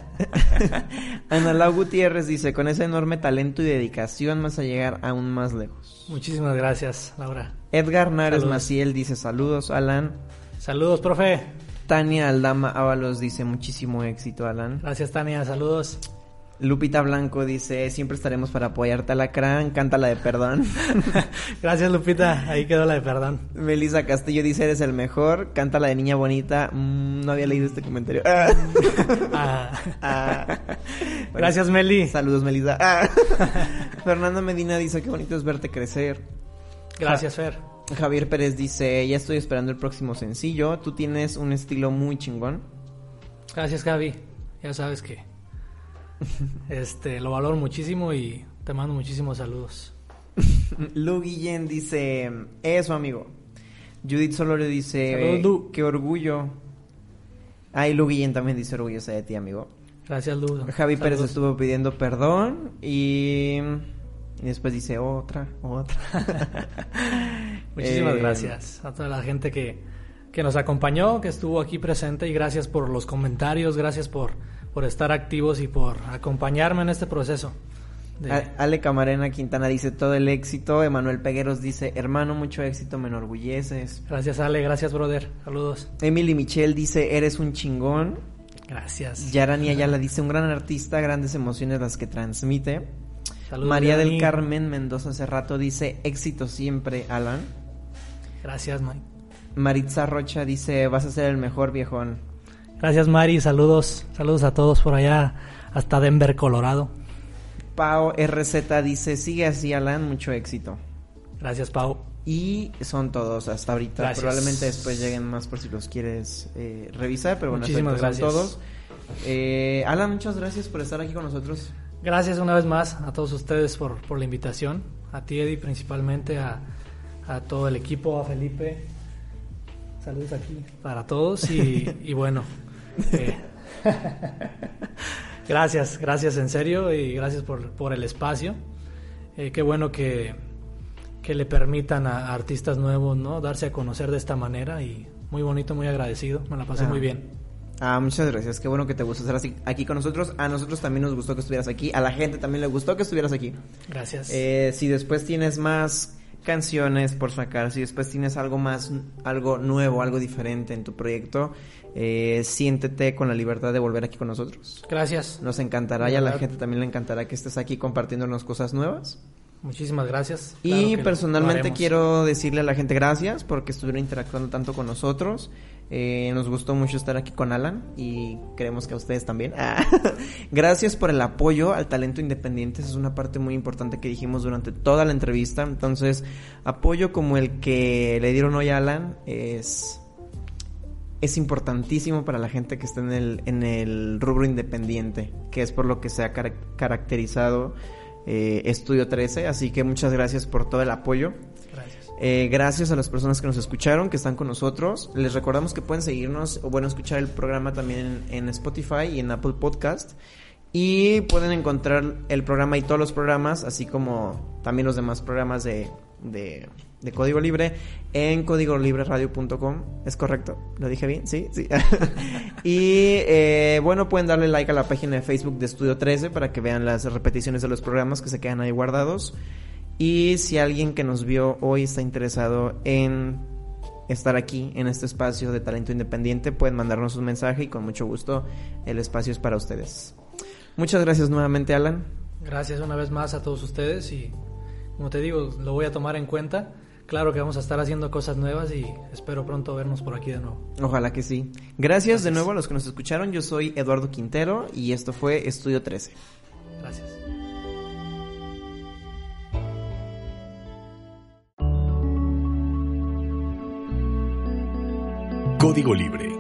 Speaker 2: Ana Lau Gutiérrez dice, con ese enorme talento y dedicación vas a llegar aún más lejos.
Speaker 3: Muchísimas gracias, Laura.
Speaker 2: Edgar Nares
Speaker 3: Saludos.
Speaker 2: Maciel dice, saludos Alan.
Speaker 3: Saludos, profe.
Speaker 2: Tania Aldama Ábalos dice, muchísimo éxito Alan.
Speaker 3: Gracias, Tania. Saludos.
Speaker 2: Lupita Blanco dice, siempre estaremos para apoyarte, Alacrán, canta la de perdón.
Speaker 3: Gracias, Lupita. Ahí quedó la de perdón.
Speaker 2: Melissa Castillo dice, eres el mejor, canta la de niña bonita. Mm, no había leído este comentario.
Speaker 3: Ah.
Speaker 2: Ah.
Speaker 3: Gracias, Meli.
Speaker 2: Saludos, Melissa. Ah. Fernando Medina dice, qué bonito es verte crecer.
Speaker 3: Gracias, Fer.
Speaker 2: Javier Pérez dice, ya estoy esperando el próximo sencillo. Tú tienes un estilo muy chingón.
Speaker 3: Gracias, Javi. Ya sabes que este lo valoro muchísimo y te mando muchísimos saludos.
Speaker 2: Lu Guillén dice, eso amigo. Judith Solorio dice,
Speaker 3: Saludos, Lu.
Speaker 2: qué orgullo. Ah, y Lu Guillén también dice orgullosa de ti, amigo.
Speaker 3: Gracias, Lu.
Speaker 2: Javi
Speaker 3: Saludos.
Speaker 2: Pérez estuvo pidiendo perdón y, y después dice otra, otra.
Speaker 3: Muchísimas
Speaker 2: Eh,
Speaker 3: gracias a toda la gente que, que nos acompañó, que estuvo aquí presente, y gracias por los comentarios, gracias por, por estar activos y por acompañarme en este proceso. de-
Speaker 2: A- Ale Camarena Quintana dice todo el éxito. Emanuel Pegueros dice, hermano, mucho éxito, me enorgulleces.
Speaker 3: Gracias, Ale, gracias, brother. Saludos.
Speaker 2: Emily Michelle dice, eres un chingón.
Speaker 3: Gracias.
Speaker 2: Yarani Ayala dice, un gran artista, grandes emociones las que transmite.
Speaker 3: Saludos,
Speaker 2: María del
Speaker 3: Dani.
Speaker 2: Carmen Mendoza hace rato dice, éxito siempre, Alan.
Speaker 3: Gracias, Mike.
Speaker 2: Maritza Rocha dice, vas a ser el mejor, viejón.
Speaker 3: Gracias, Mari. Saludos. Saludos a todos por allá, hasta Denver, Colorado.
Speaker 2: Pau R Z dice, sigue así, Alan, mucho éxito.
Speaker 3: Gracias, Pau.
Speaker 2: Y son todos hasta ahorita.
Speaker 3: Gracias.
Speaker 2: Probablemente después lleguen más por si los quieres eh, revisar, pero bueno, hasta
Speaker 3: Muchísimas
Speaker 2: ahorita son
Speaker 3: gracias.
Speaker 2: todos. Eh, Alan, muchas gracias por estar aquí con nosotros.
Speaker 3: Gracias una vez más a todos ustedes por, por la invitación. A ti, Eddie, principalmente, a, a todo el equipo, a Felipe. Saludos aquí para todos y, y bueno. eh, gracias, gracias en serio y gracias por, por el espacio. Eh, qué bueno que, que le permitan a, a artistas nuevos, ¿no?, darse a conocer de esta manera, y muy bonito, muy agradecido. Me la pasé
Speaker 2: Ah.
Speaker 3: muy bien.
Speaker 2: Ah, muchas gracias. Qué bueno que te gustó estar así- aquí con nosotros. A nosotros también nos gustó que estuvieras aquí. A la gente también le gustó que estuvieras aquí.
Speaker 3: Gracias.
Speaker 2: Eh, si después tienes más canciones por sacar, si después tienes algo más, algo nuevo, algo diferente en tu proyecto, eh, siéntete con la libertad de volver aquí con nosotros.
Speaker 3: Gracias.
Speaker 2: Nos encantará
Speaker 3: De
Speaker 2: y a la
Speaker 3: verdad.
Speaker 2: gente también le encantará que estés aquí compartiéndonos cosas nuevas.
Speaker 3: Muchísimas gracias.
Speaker 2: Y
Speaker 3: Claro que lo-
Speaker 2: personalmente
Speaker 3: lo haremos.
Speaker 2: quiero decirle a la gente gracias porque estuvieron interactuando tanto con nosotros. Eh, nos gustó mucho estar aquí con Alan y creemos que a ustedes también. Ah, gracias por el apoyo al talento independiente. Esa es una parte muy importante que dijimos durante toda la entrevista. Entonces, apoyo como el que le dieron hoy a Alan es... es importantísimo para la gente que está en el, en el rubro independiente, que es por lo que se ha car- caracterizado eh, Estudio trece, así que muchas gracias por todo el apoyo.
Speaker 3: Gracias.
Speaker 2: Eh, gracias a las personas que nos escucharon, que están con nosotros. Les recordamos que pueden seguirnos o bueno, escuchar el programa también en, en Spotify y en Apple Podcast. Y pueden encontrar el programa y todos los programas, así como también los demás programas de, de, de Código Libre en código libre radio punto com. ¿Es correcto? ¿Lo dije bien? Sí, sí. Y eh, bueno, pueden darle like a la página de Facebook de Estudio trece para que vean las repeticiones de los programas que se quedan ahí guardados. Y si alguien que nos vio hoy está interesado en estar aquí en este espacio de talento independiente, pueden mandarnos un mensaje y con mucho gusto el espacio es para ustedes. Muchas gracias nuevamente, Alan.
Speaker 3: Gracias una vez más a todos ustedes y, como te digo, lo voy a tomar en cuenta. Claro que vamos a estar haciendo cosas nuevas y espero pronto vernos por aquí de nuevo.
Speaker 2: Ojalá que sí. Gracias,
Speaker 3: Gracias.
Speaker 2: de nuevo a los que nos escucharon. Yo soy Eduardo Quintero y esto fue Estudio trece.
Speaker 3: Gracias.
Speaker 1: Código Libre.